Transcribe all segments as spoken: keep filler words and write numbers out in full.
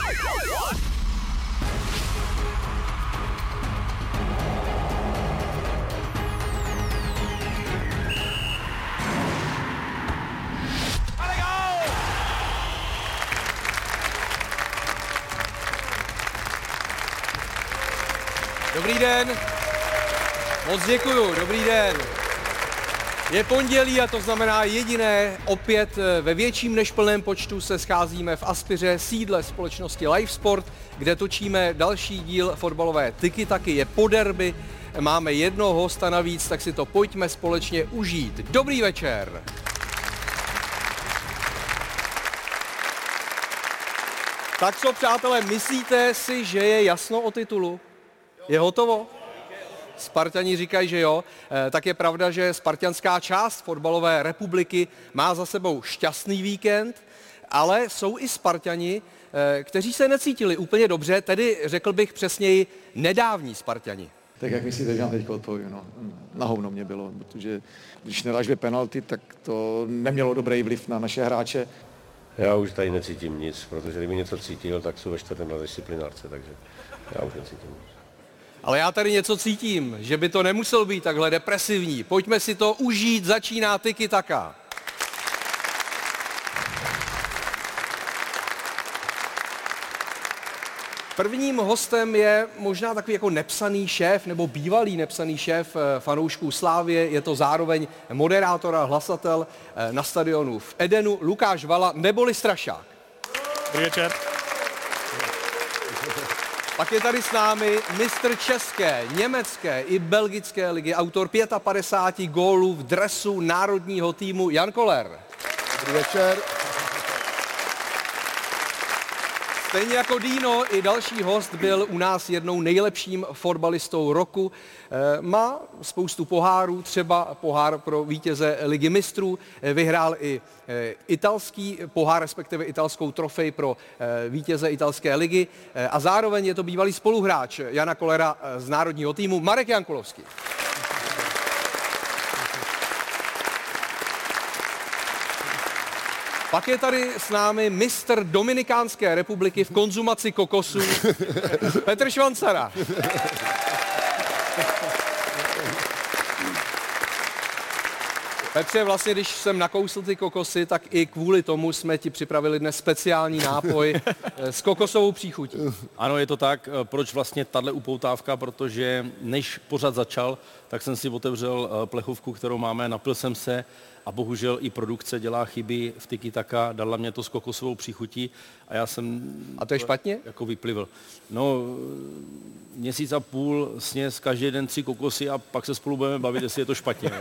Dobrý den. Moc děkuju. Dobrý den. Je pondělí a to znamená jediné, opět ve větším než plném počtu se scházíme v Aspiře, sídle společnosti Live Sport, kde točíme další díl fotbalové tiki-taky. Je po derby, máme jednoho hosta navíc, tak si to pojďme společně užít. Dobrý večer. Tak co, přátelé, myslíte si, že je jasno o titulu? Je hotovo? Spartani říkají, že jo. E, tak je pravda, že spartanská část fotbalové republiky má za sebou šťastný víkend, ale jsou i Spartani, e, kteří se necítili úplně dobře, tedy řekl bych přesněji nedávní Spartani. Tak jak myslíte, že vám teď odpovím? No, na hovno mě bylo, protože když nedáš dvě penalty, tak to nemělo dobrý vliv na naše hráče. Já už tady necítím nic, protože kdyby něco cítil, tak jsou ve čtvrtém na disciplinárce, takže já už necítím nic. Ale já tady něco cítím, že by to nemuselo být takhle depresivní. Pojďme si to užít, začíná tiki-taka. Prvním hostem je možná takový jako nepsaný šéf, nebo bývalý nepsaný šéf fanoušků Slávie. Je to zároveň moderátor a hlasatel na stadionu v Edenu, Lukáš Vala, neboli Strašák. Dobrý večer. Pak je tady s námi mistr české, německé i belgické ligy, autor padesát pět gólů v dresu národního týmu Jan Koller. Dobrý večer. Stejně jako Dino, i další host byl u nás jednou nejlepším fotbalistou roku. Má spoustu pohárů, třeba pohár pro vítěze Ligy mistrů. Vyhrál i italský pohár, respektive italskou trofej pro vítěze italské ligy. A zároveň je to bývalý spoluhráč Jana Kollera z národního týmu Marek Jankulovský. Pak je tady s námi mistr Dominikánské republiky v konzumaci kokosů Petr Švancara. Petře, vlastně, když jsem nakousl ty kokosy, tak i kvůli tomu jsme ti připravili dnes speciální nápoj s kokosovou příchutí. Ano, je to tak. Proč vlastně tahle upoutávka? Protože než pořad začal, tak jsem si otevřel plechovku, kterou máme, napil jsem se a bohužel i produkce dělá chyby v tiki-taka, dala mě to s kokosovou příchutí a já jsem... A to je špatně? Jako vyplivl. No, měsíc a půl sněz každý den tři kokosy a pak se spolu budeme bavit, jestli je to špatně.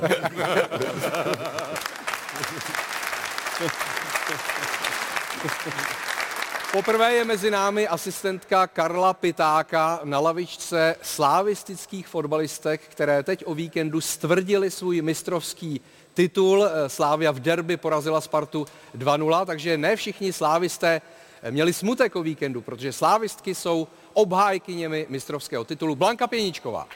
Poprvé je mezi námi asistentka Karla Pitáka na lavičce slávistických fotbalistek, které teď o víkendu stvrdili svůj mistrovský titul. Slavia v derby porazila Spartu dva nula, takže ne všichni slávisté měli smutek o víkendu, protože slávistky jsou obhájkyněmi mistrovského titulu. Blanka Pěničková.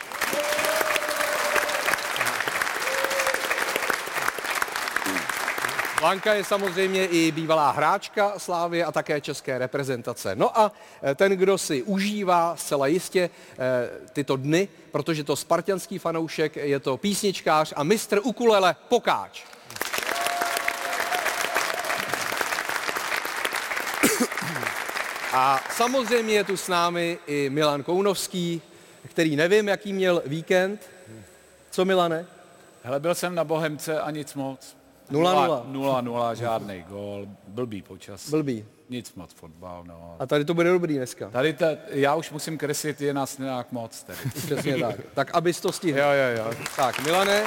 Blanka je samozřejmě i bývalá hráčka Slávie a také české reprezentace. No a ten, kdo si užívá zcela jistě tyto dny, protože to spartanský fanoušek, je to písničkář a mistr ukulele Pokáč. A samozřejmě je tu s námi i Milan Kounovský, který nevím, jaký měl víkend. Co, Milane? Hele, byl jsem na Bohemce a nic moc. nula nula. nula nula, žádný gól, blbý počas. Blbý. Nic moc fotbal, no. A tady to bude dobrý dneska. Tady ta, já už musím kreslit, je nás nějak moc tady. Přesně tak. Tak abys to stihl. Jo, jo, jo. Tak, Milane.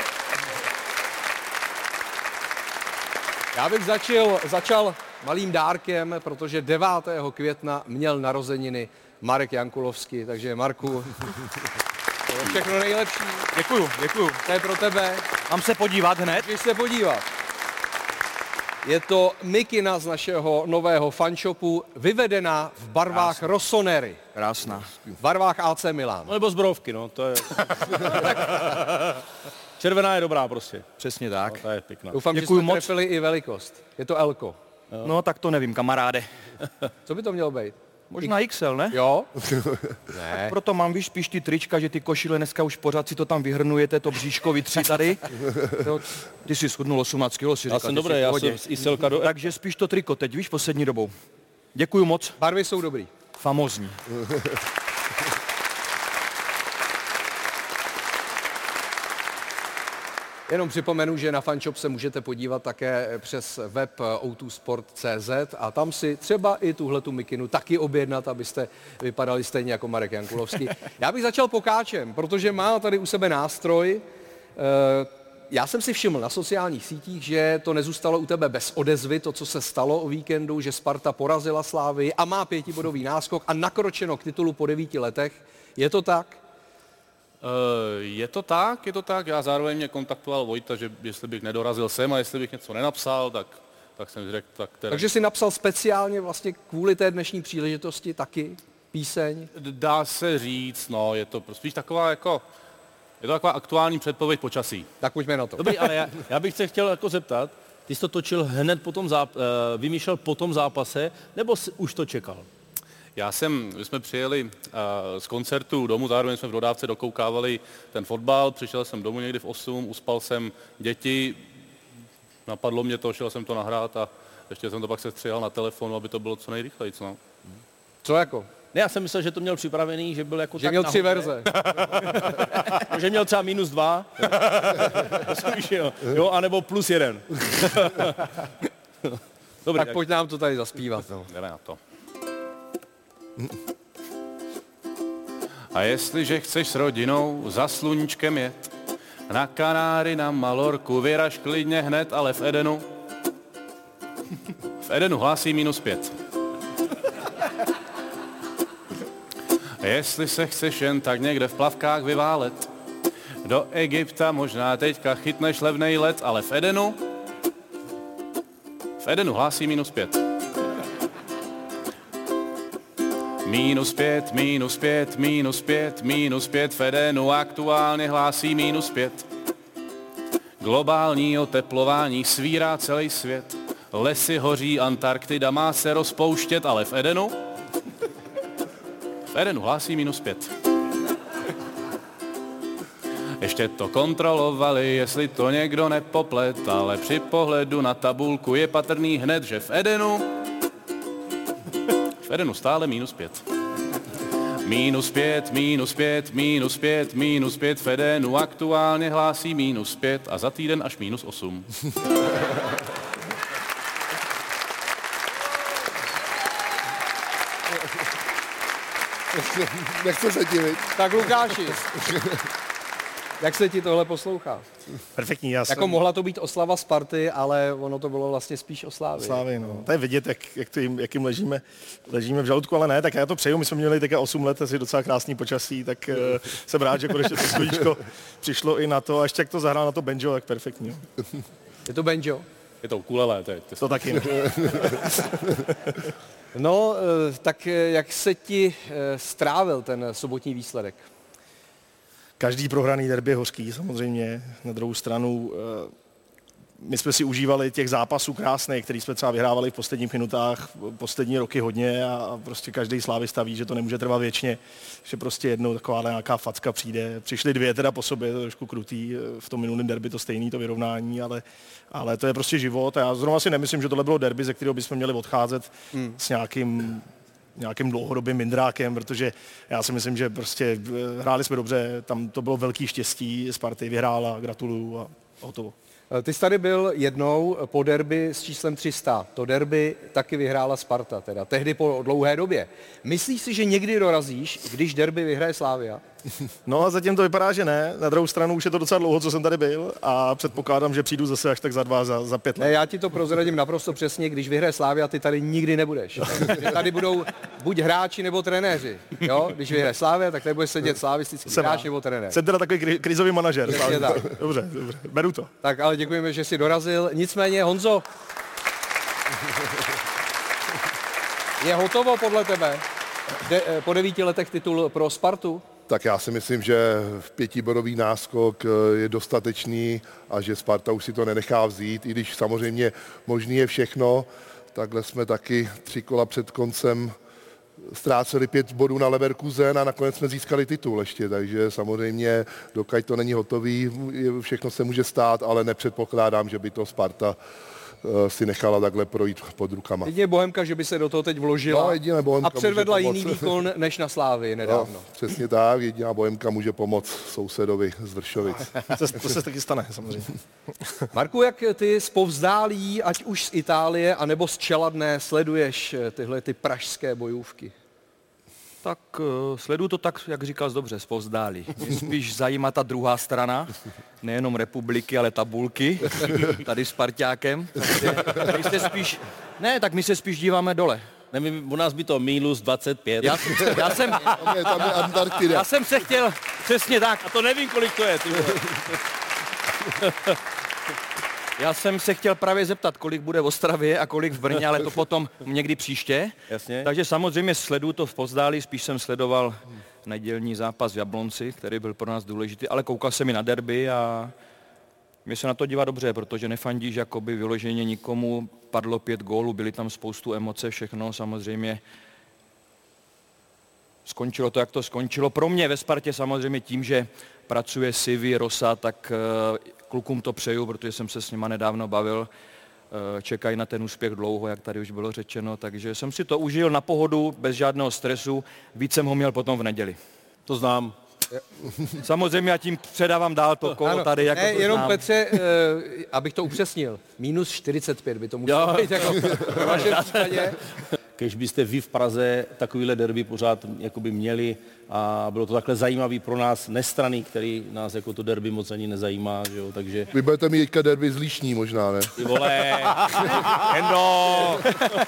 Já bych začal, začal malým dárkem, protože devátého května měl narozeniny Marek Jankulovský, takže Marku, to je všechno nejlepší. Děkuju, děkuju. To je pro tebe. Mám se podívat hned? Můžeš se podívat. Je to mikina z našeho nového fanshopu, vyvedená v barvách Krásná. Rossoneri. Krásná. V barvách A C Milan. No nebo zbrovky, no, to je... Červená je dobrá prostě. Přesně tak. No, to je pěkná. Doufám, Děkuju že jsme moc. trefili i velikost. Je to Elko. No tak to nevím, kamaráde. Co by to mělo být? Možná X L, ne? Jo? Ne. Proto mám, víš, spíš ty trička, že ty košile dneska už pořád si to tam vyhrnujete, to bříško, vy tři tady. To, ty jsi schudnul osmnáct kilo, si Já říkal, jsem ty dobré, jsi v já pohodě. jsem z Iselka do... Takže spíš to triko teď, víš, poslední dobou. Děkuju moc. Barvy jsou dobrý. Famózní. Jenom připomenu, že na fanshop se můžete podívat také přes web o dva sport tečka cé zet a tam si třeba i tuhletu mikinu taky objednat, abyste vypadali stejně jako Marek Jankulovský. Já bych začal pokáčem, protože má tady u sebe nástroj. Já jsem si všiml na sociálních sítích, že to nezůstalo u tebe bez odezvy, to, co se stalo o víkendu, že Sparta porazila Slávii a má pětibodový náskok a nakročeno k titulu po devíti letech. Je to tak? Je to tak, je to tak. Já zároveň mě kontaktoval Vojta, že jestli bych nedorazil sem a jestli bych něco nenapsal, tak, tak jsem řekl, tak teda... Takže jsi napsal speciálně vlastně kvůli té dnešní příležitosti taky píseň? Dá se říct, no, je to spíš taková jako... Je to taková aktuální předpověď počasí. Tak pojďme na to. Dobrý, ale já, já bych se chtěl jako zeptat, ty jsi to točil hned po tom záp- vymýšlel po tom zápase, nebo jsi už to čekal? Já jsem, my jsme přijeli uh, z koncertu domů, zároveň jsme v dodávce dokoukávali ten fotbal, přišel jsem domů někdy v osm, uspal jsem děti, napadlo mě to, šel jsem to nahrát a ještě jsem to pak sestřihal na telefonu, aby to bylo co nejrychleji. No. Co jako? Ne, já jsem myslel, že to měl připravený, že byl jako Že tak měl nahoře. tři verze. Že měl třeba minus dva. jo, jo, anebo plus jeden. Dobrý, Tak pojď nám to tady zaspívat. No. Jdeme na to. A jestliže chceš s rodinou za sluníčkem jet, na Kanáry, na Malorku, vyraž klidně hned, ale v Edenu, v Edenu hlásí minus pět. Jestli se chceš jen tak někde v plavkách vyválet, do Egypta možná teďka chytneš levnej let, ale v Edenu, v Edenu hlásí minus pět. Minus pět, minus pět, minus pět, minus pět, v Edenu aktuálně hlásí minus pět. Globální oteplování svírá celý svět. Lesy hoří, Antarktida má se rozpouštět, ale v Edenu, v Edenu hlásí minus pět. Ještě to kontrolovali, jestli to někdo nepoplet, ale při pohledu na tabulku je patrný hned, že v Edenu, v Edenu stále minus pět. Minus pět, minus pět, minus pět, minus pět, v Edenu aktuálně hlásí minus pět a za týden až minus osm. Nechce se divit. Tak Lukáši, jak se ti tohle poslouchá? Perfektní, já Jako jsem... mohla to být oslava Sparty, ale ono to bylo vlastně spíš o Slávii. Slávy, no. To je vidět, jak, jak, to jim, jak jim ležíme, ležíme v žaludku, ale ne, tak já to přeju. My jsme měli teďka osm let, asi docela krásný počasí, tak uh, jsem rád, že konečně to slovíčko přišlo i na to. A ještě jak to zahrál na to banjo, tak perfektní. Je to banjo? Je to ukulele, to je... To, to taky ne. No, tak jak se ti strávil ten sobotní výsledek? Každý prohraný derby je hořký, samozřejmě. Na druhou stranu, my jsme si užívali těch zápasů krásných, který jsme třeba vyhrávali v posledních minutách, poslední roky hodně a prostě každý slávista ví, že to nemůže trvat věčně, že prostě jednou taková nějaká facka přijde. Přišly dvě teda po sobě, to je trošku krutý, v tom minulém derby to stejný, to vyrovnání, ale, ale to je prostě život a já zrovna si nemyslím, že tohle bylo derby, ze kterého bychom měli odcházet hmm. s nějakým nějakým dlouhodobým mindrákem, protože já si myslím, že prostě hráli jsme dobře, tam to bylo velký štěstí, Sparty vyhrála, gratuluju a hotovo. Ty jsi tady byl jednou po derby s číslem tři sta. To derby taky vyhrála Sparta, teda tehdy po dlouhé době. Myslíš si, že někdy dorazíš, když derby vyhraje Slavia? No a zatím to vypadá, že ne. Na druhou stranu už je to docela dlouho, co jsem tady byl a předpokládám, že přijdu zase až tak za dva, za, za pět let. Ne, já ti to prozradím naprosto přesně, když vyhraje Slavia, ty tady nikdy nebudeš. Tady budou buď hráči nebo trenéři. Jo? Když vyhraje Slavia, tak tady bude sedět slavistický hráč nebo trenér. Jsem teda takový kri- krizový manažer. Tak. Dobře, dobře, beru to. Tak ale děkujeme, že jsi dorazil. Nicméně, Honzo, je hotovo podle tebe De, po devíti letech titul pro Spartu? Tak já si myslím, že pětibodový náskok je dostatečný a že Sparta už si to nenechá vzít, i když samozřejmě možný je všechno. Takhle jsme taky tři kola před koncem ztráceli pět bodů na Leverkusen a nakonec jsme získali titul ještě, takže samozřejmě, dokud to není hotový, všechno se může stát, ale nepředpokládám, že by to Sparta si nechala takhle projít pod rukama. Jedině Bohemka, že by se do toho teď vložila no, Bohemka a předvedla jiný výkon než na Slávii nedávno. No, přesně tak, jediná Bohemka může pomoct sousedovi z Vršovic. To, to se taky stane, samozřejmě. Marku, jak ty zpovzdálí, ať už z Itálie, anebo z Čeladné, sleduješ tyhle ty pražské bojůvky? Tak uh, sleduju to tak, jak říkal dobře, zpovzdálí. Mě spíš zajímá ta druhá strana, nejenom republiky, ale tabulky, tady s Spartákem. Takže my se spíš, ne, tak my se spíš díváme dole. Ne, my, u nás by to minus dvacet pět. Já, já, jsem, tam je, tam je Antarktida. Já jsem se chtěl, přesně tak. A to nevím, kolik to je. Ty Já jsem se chtěl právě zeptat, kolik bude v Ostravě a kolik v Brně, ale to potom někdy příště. Jasně. Takže samozřejmě sleduju to v Povzdálí, spíš jsem sledoval nedělní zápas v Jablonci, který byl pro nás důležitý, ale koukal jsem i na derby a mě se na to dívá dobře, protože nefandíš jakoby vyloženě nikomu, padlo pět gólů, byly tam spoustu emoce, všechno samozřejmě. Skončilo to, jak to skončilo. Pro mě ve Spartě samozřejmě tím, že pracuje Sivi, Rosa, tak klukům to přeju, protože jsem se s nima nedávno bavil. Čekají na ten úspěch dlouho, jak tady už bylo řečeno, takže jsem si to užil na pohodu, bez žádného stresu. Víc jsem ho měl potom v neděli. To znám. Samozřejmě já tím předávám dál to kolo tady. Jako ne, to jenom znám. Petře, uh, abych to upřesnil, minus čtyřicet pět by to muselo být jako v vašem případě. Když byste vy v Praze takovýhle derby pořád jakoby měli a bylo to takhle zajímavý pro nás nestraný, který nás jako to derby moc ani nezajímá, že jo, takže... Vy budete mít teďka derby z Líšní možná, ne? Ty vole, Endo!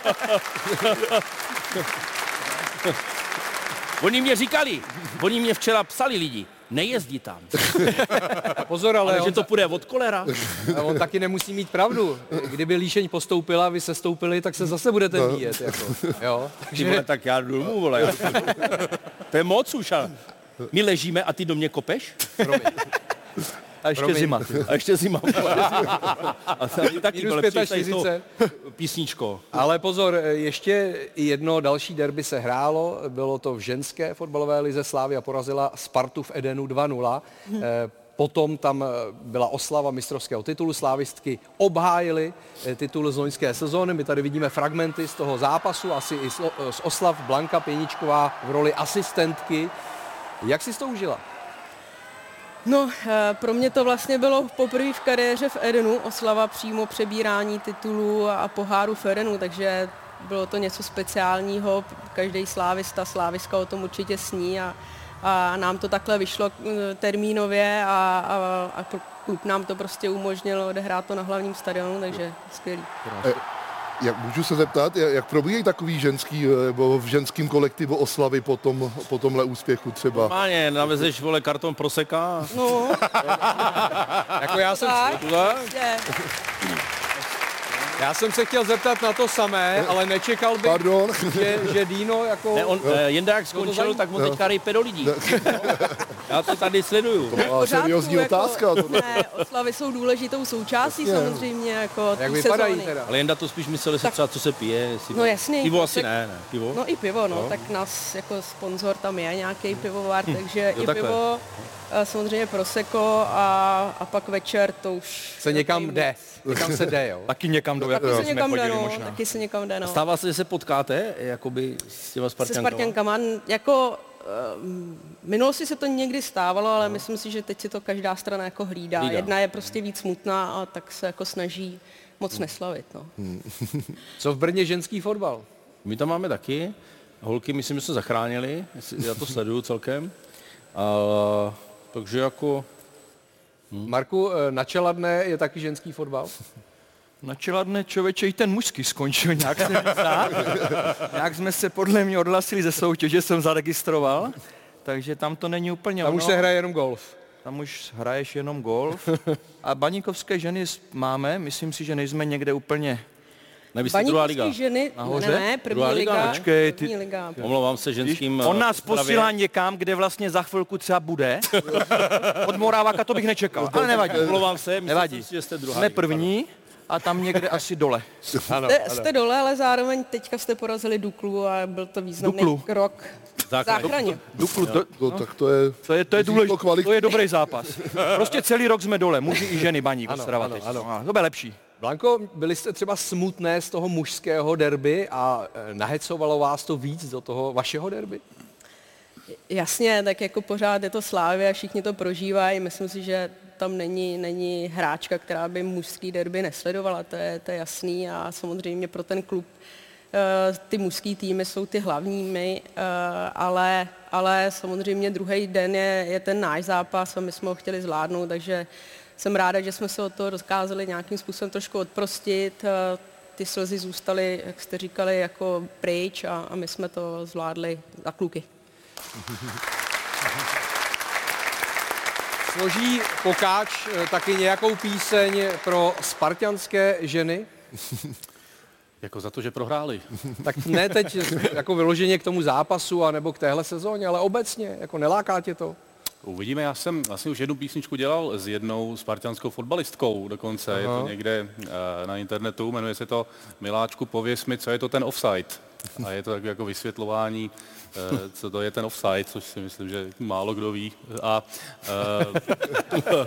Oni mě říkali, oni mě včera psali lidi, nejezdí tam. Pozor, ale, Ale on, že to půjde od kolera. a on taky nemusí mít pravdu. Kdyby Líšeň postoupila, vy se stoupili, tak se zase budete míjet. Jako. Jo? Ty vole, tak já jdu domů, vole. Já. To je moc už, ale my ležíme a ty do mě kopeš? A ještě Promiň. zima. A ještě zima. A tady taky, Minus vole, čtyřicet pět. písničko. Ale pozor, ještě jedno další derby se hrálo, bylo to v ženské fotbalové lize. Slavia porazila Spartu v Edenu dva nula. Potom tam byla oslava mistrovského titulu, slávistky obhájily titul z loňské sezóny. My tady vidíme fragmenty z toho zápasu, asi i z oslav. Blanka Pěničková v roli asistentky. Jak jsi to užila? No, pro mě to vlastně bylo poprvé v kariéře v Edenu, oslava přímo přebírání titulů a poháru v Edenu, takže bylo to něco speciálního. Každý slávista, sláviska o tom určitě sní a, a nám to takhle vyšlo termínově a, a, a klub nám to prostě umožnilo odehrát to na hlavním stadionu, takže skvělý. Jak můžu se zeptat, jak probíhají takový ženský, nebo v ženském kolektivu oslavy po, tom, po tomhle úspěchu třeba? Normálně, navezeš, vole, karton proseka. No, Jako já jsem, tak, je. já jsem se chtěl zeptat na to samé, ale nečekal bych, Pardon. že, že Dino jako... Ne, on, eh, jen jak skončil, tak on teďka rejpe do lidí. Já to tady sleduju. To byla seriózní jako, otázka. Tohle. Ne, oslavy jsou důležitou součástí Jasně. samozřejmě jako Jak té vypadají sezóny. teda? Ale Jenda to spíš mysleli se třeba, co se pije. Jestli... No jasně. Pivo asi tak- ne, ne. Pivo? No i pivo, no, No. tak nás jako sponzor tam je nějaký pivovar, takže jo, i takhle. pivo, a samozřejmě prosecco a, a pak večer to už... Se někam jde, někam se jde, jo. Taky někam jdou, jako Taky se jsme někam jde, chodili no, možná. taky se někam jde, no. Stává se, že se potkáte, jakoby s těma Se Spartankama? Spartankama, jako v minulosti se to někdy stávalo, ale myslím si, že teď si to každá strana jako hlídá. Hlídá. Jedna je prostě víc smutná a tak se jako snaží moc neslavit, no. Co v Brně ženský fotbal? My tam máme taky. Holky, myslím, že se zachránili. Já to sleduju celkem. A, takže jako... Marku, na Čeladné je taky ženský fotbal? Na Čeladné člověče i ten mužský skončil, nějak se mi zdá. Nějak jsme se podle mě odhlasili ze soutěže, jsem zaregistroval, takže tam to není úplně Tam ono. už se hraje jenom golf. Tam už hraješ jenom golf. A baníkovské ženy máme, myslím si, že nejsme někde úplně... Ne, vy jste druhá liga. Baníkovský ženy, Nahoře? ne, ne, první Druhá liga, liga, ne? Počkej, ty- první liga. Omlouvám se ženským... On nás eh, Ostravě. posílá někam, kde vlastně za chvilku třeba bude. Od Moráváka to bych nečekal, ale nevadí. Omlouvám se, myslím Nevadí. si, že jste druhá Jsme liga. první a tam někde asi dole. Ano, jste, jste dole, ale zároveň teďka jste porazili Duklu a byl to významný Duklu. krok v záchraně. Duklu, to, No, tak to je... to je, to je důležité, kvali- to je dobrý zápas. Prostě celý rok jsme dole, muži i ženy, Baník, Ano, Ostrava ano, teď. ano. No, to bude lepší. Blanko, byli jste třeba smutné z toho mužského derby a eh, nahecovalo vás to víc do toho vašeho derby? Jasně, tak jako pořád je to Slávě a všichni to prožívají. Myslím si, že tam není, není hráčka, která by mužský derby nesledovala, to je, to je jasný a samozřejmě pro ten klub uh, ty mužský týmy jsou ty hlavními, uh, ale, ale samozřejmě druhý den je, je ten náš zápas a my jsme ho chtěli zvládnout, takže jsem ráda, že jsme se od toho dokázali nějakým způsobem trošku odprostit. Uh, ty slzy zůstaly, jak jste říkali, jako pryč a, a my jsme to zvládli za kluky. Složí Pokáč eh, taky nějakou píseň pro spartanské ženy? Jako za to, že prohráli. Tak ne teď jako vyloženě k tomu zápasu anebo k téhle sezóně, ale obecně, jako neláká tě to? Uvidíme, já jsem vlastně už jednu písničku dělal s jednou spartanskou fotbalistkou dokonce, Aha. je to někde uh, na internetu, jmenuje se to Miláčku, pověz mi, co je to ten offside. A je to tak jako vysvětlování, uh, co to je ten offside, což si myslím, že málo kdo ví. A, uh,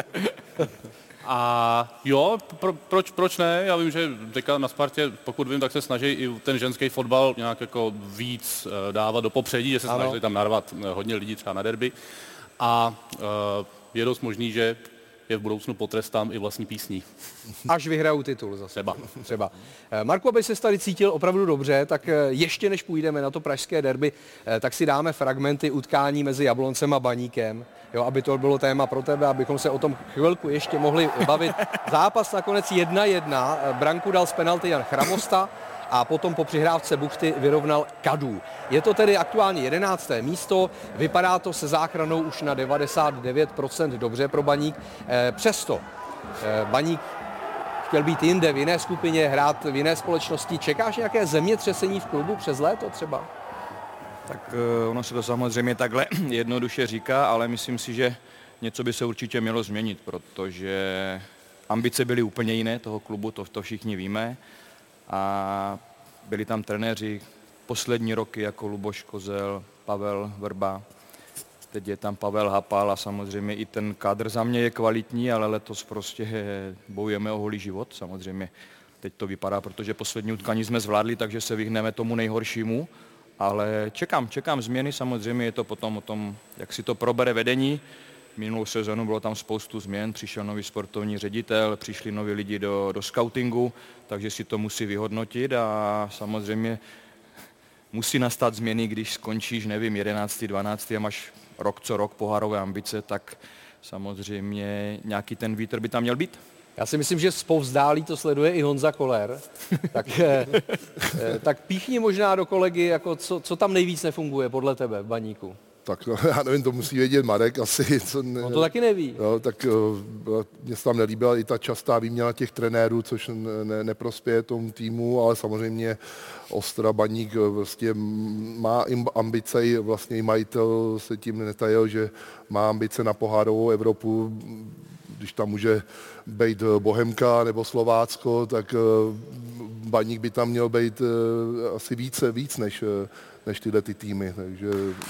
a jo, pro, proč, proč ne? Já vím, že teďka na Spartě, pokud vím, tak se snaží i ten ženský fotbal nějak jako víc uh, dávat do popředí, že se ano. snažili tam narvat uh, hodně lidí třeba na derby. A uh, je dost možný, že je v budoucnu potrestám i vlastní písní. Až vyhrajou titul zase. Třeba. Třeba. Marku, aby se tady cítil opravdu dobře, tak ještě než půjdeme na to pražské derby, tak si dáme fragmenty utkání mezi Jabloncem a Baníkem, jo, aby to bylo téma pro tebe, abychom se o tom chvilku ještě mohli bavit. Zápas nakonec jedna jedna, branku dal z penalty Jan Chramosta a potom po přihrávce buchty vyrovnal Kadu. Je to tedy aktuálně jedenácté místo, vypadá to se záchranou už na devadesát devět procent dobře pro Baník. Přesto Baník chtěl být jinde, v jiné skupině, hrát v jiné společnosti. Čekáš nějaké zemětřesení v klubu přes léto třeba? Tak ono se to samozřejmě takhle jednoduše říká, ale myslím si, že něco by se určitě mělo změnit, protože ambice byly úplně jiné toho klubu, to, to všichni víme. A byli tam trenéři poslední roky jako Luboš Kozel, Pavel Vrba, teď je tam Pavel Hapal a samozřejmě i ten kádr za mě je kvalitní, ale letos prostě bojujeme o holý život. Samozřejmě teď to vypadá, protože poslední utkání jsme zvládli, takže se vyhneme tomu nejhoršímu, ale čekám, čekám změny, samozřejmě je to potom o tom, jak si to probere vedení. Minulou sezonu bylo tam spoustu změn, přišel nový sportovní ředitel, přišli noví lidi do, do scoutingu, takže si to musí vyhodnotit a samozřejmě musí nastat změny, když skončíš, nevím, jedenáctý, dvanáctý a máš rok co rok pohárové ambice, tak samozřejmě nějaký ten vítr by tam měl být. Já si myslím, že zpovzdálí to sleduje i Honza Koller. tak, eh, eh, tak píchni možná do kolegy, jako co, co tam nejvíc nefunguje podle tebe v Baníku. Tak no, já nevím, to musí vědět Marek asi. Co ne, no to taky neví. No, tak mně se tam nelíbila i ta častá výměna těch trenérů, což ne, neprospěje tomu týmu, ale samozřejmě Ostra Baník vlastně má ambice, i vlastně i majitel se tím netajil, že má ambice na pohárovou Evropu. Když tam může být Bohemka nebo Slovácko, tak Baník by tam měl být asi více, víc než, než tyhle ty týmy. Takže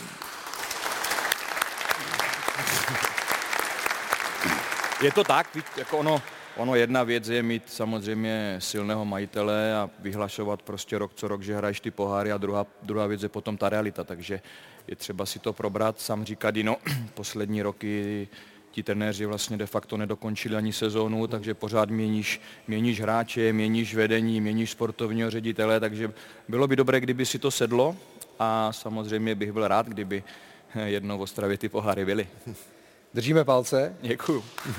je to tak, jako ono, ono jedna věc je mít samozřejmě silného majitele a vyhlašovat prostě rok co rok, že hraješ ty poháry a druhá, druhá věc je potom ta realita, takže je třeba si to probrat, sám říká Dino, poslední roky ti trenéři vlastně de facto nedokončili ani sezónu, takže pořád měníš, měníš hráče, měníš vedení, měníš sportovního ředitele, takže bylo by dobré, kdyby si to sedlo a samozřejmě bych byl rád, kdyby jednou v Ostravě ty poháry byly. Držíme palce. Děkuju.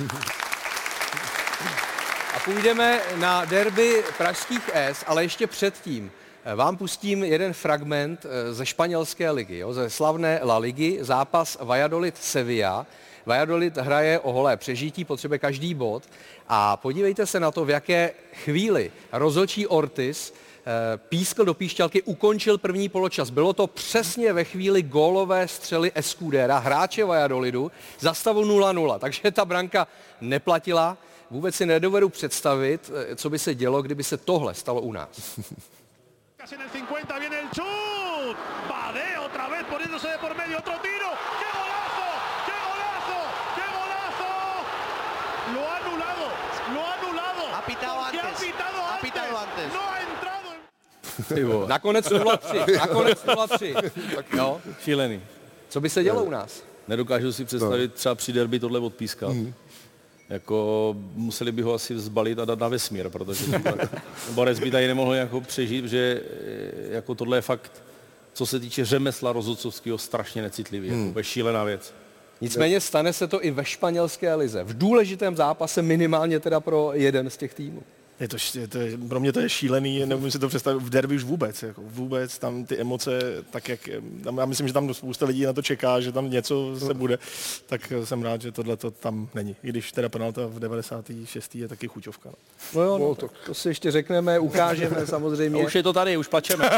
A půjdeme na derby pražských S, ale ještě předtím vám pustím jeden fragment ze španělské ligy, jo, ze slavné La Ligy, zápas Valladolid-Sevilla. Valladolid hraje o holé přežití, potřebuje každý bod a podívejte se na to, v jaké chvíli rozhodčí Ortiz pískl do píšťalky, ukončil první poločas. Bylo to přesně ve chvíli gólové střely Escudera, hráče Valladolidu, za stavu nula nula, takže ta branka neplatila. vůbec si nedovedu představit, co by se dělo, kdyby se tohle stalo u nás. En el cincuenta viene el chut. Bade otra vez poniéndose de por medio, otro tiro. ¡Qué golazo! ¡Qué golazo! ¡Qué golazo! Lo ha anulado. Lo ha anulado. Ha pitado antes. Ha pitado ha antes. pitado antes. No ha entrado. Nakonec nula tři. Nakonec nula tři. No. Šílený. Co by se dělo u nás? Nedokážu si představit třeba při derby tohle odpískat. Mm. Jako museli by ho asi zbalit a dát na vesmír, protože Borec by tady nemohl jako přežít, že jako tohle je fakt, co se týče řemesla rozhodcovského, strašně necitlivý. Hmm. Jako šílená věc. Nicméně stane se to i ve španělské lize. V důležitém zápase minimálně teda pro jeden z těch týmů. Je to, je to, pro mě to je šílený, nemůžu si to představit, v derby už vůbec, jako vůbec, tam ty emoce, tak jak, tam, já myslím, že tam spousta lidí na to čeká, že tam něco se bude, tak jsem rád, že tohle to tam není, i když teda penalta v devadesáté šesté je taky chuťovka. No, no jo, no, to, to si ještě řekneme, ukážeme samozřejmě. A už je to tady, už plačeme.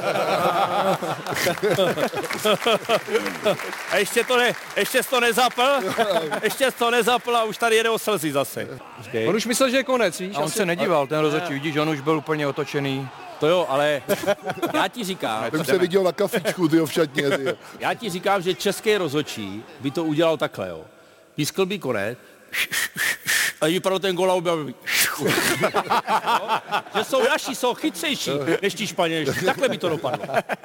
A ještě to, ne, ještě to nezapl, ještě to nezapl a už tady jede o slzy zase. Okay. On už myslel, že je konec, víš? A on se nedíval, ten rozhodčí, vidíš, on už byl úplně otočený. To jo, ale já ti říkám... Jsem se viděl na kafičku, tyjo, v šatně, tyjo. Já ti říkám, že český rozhodčí by to udělal takhle, jo. Pískl by konec, a vypadal ten gól a udělal by... Že jsou naši, jsou chytřejší než ti Španělští. Takhle by to dopadlo.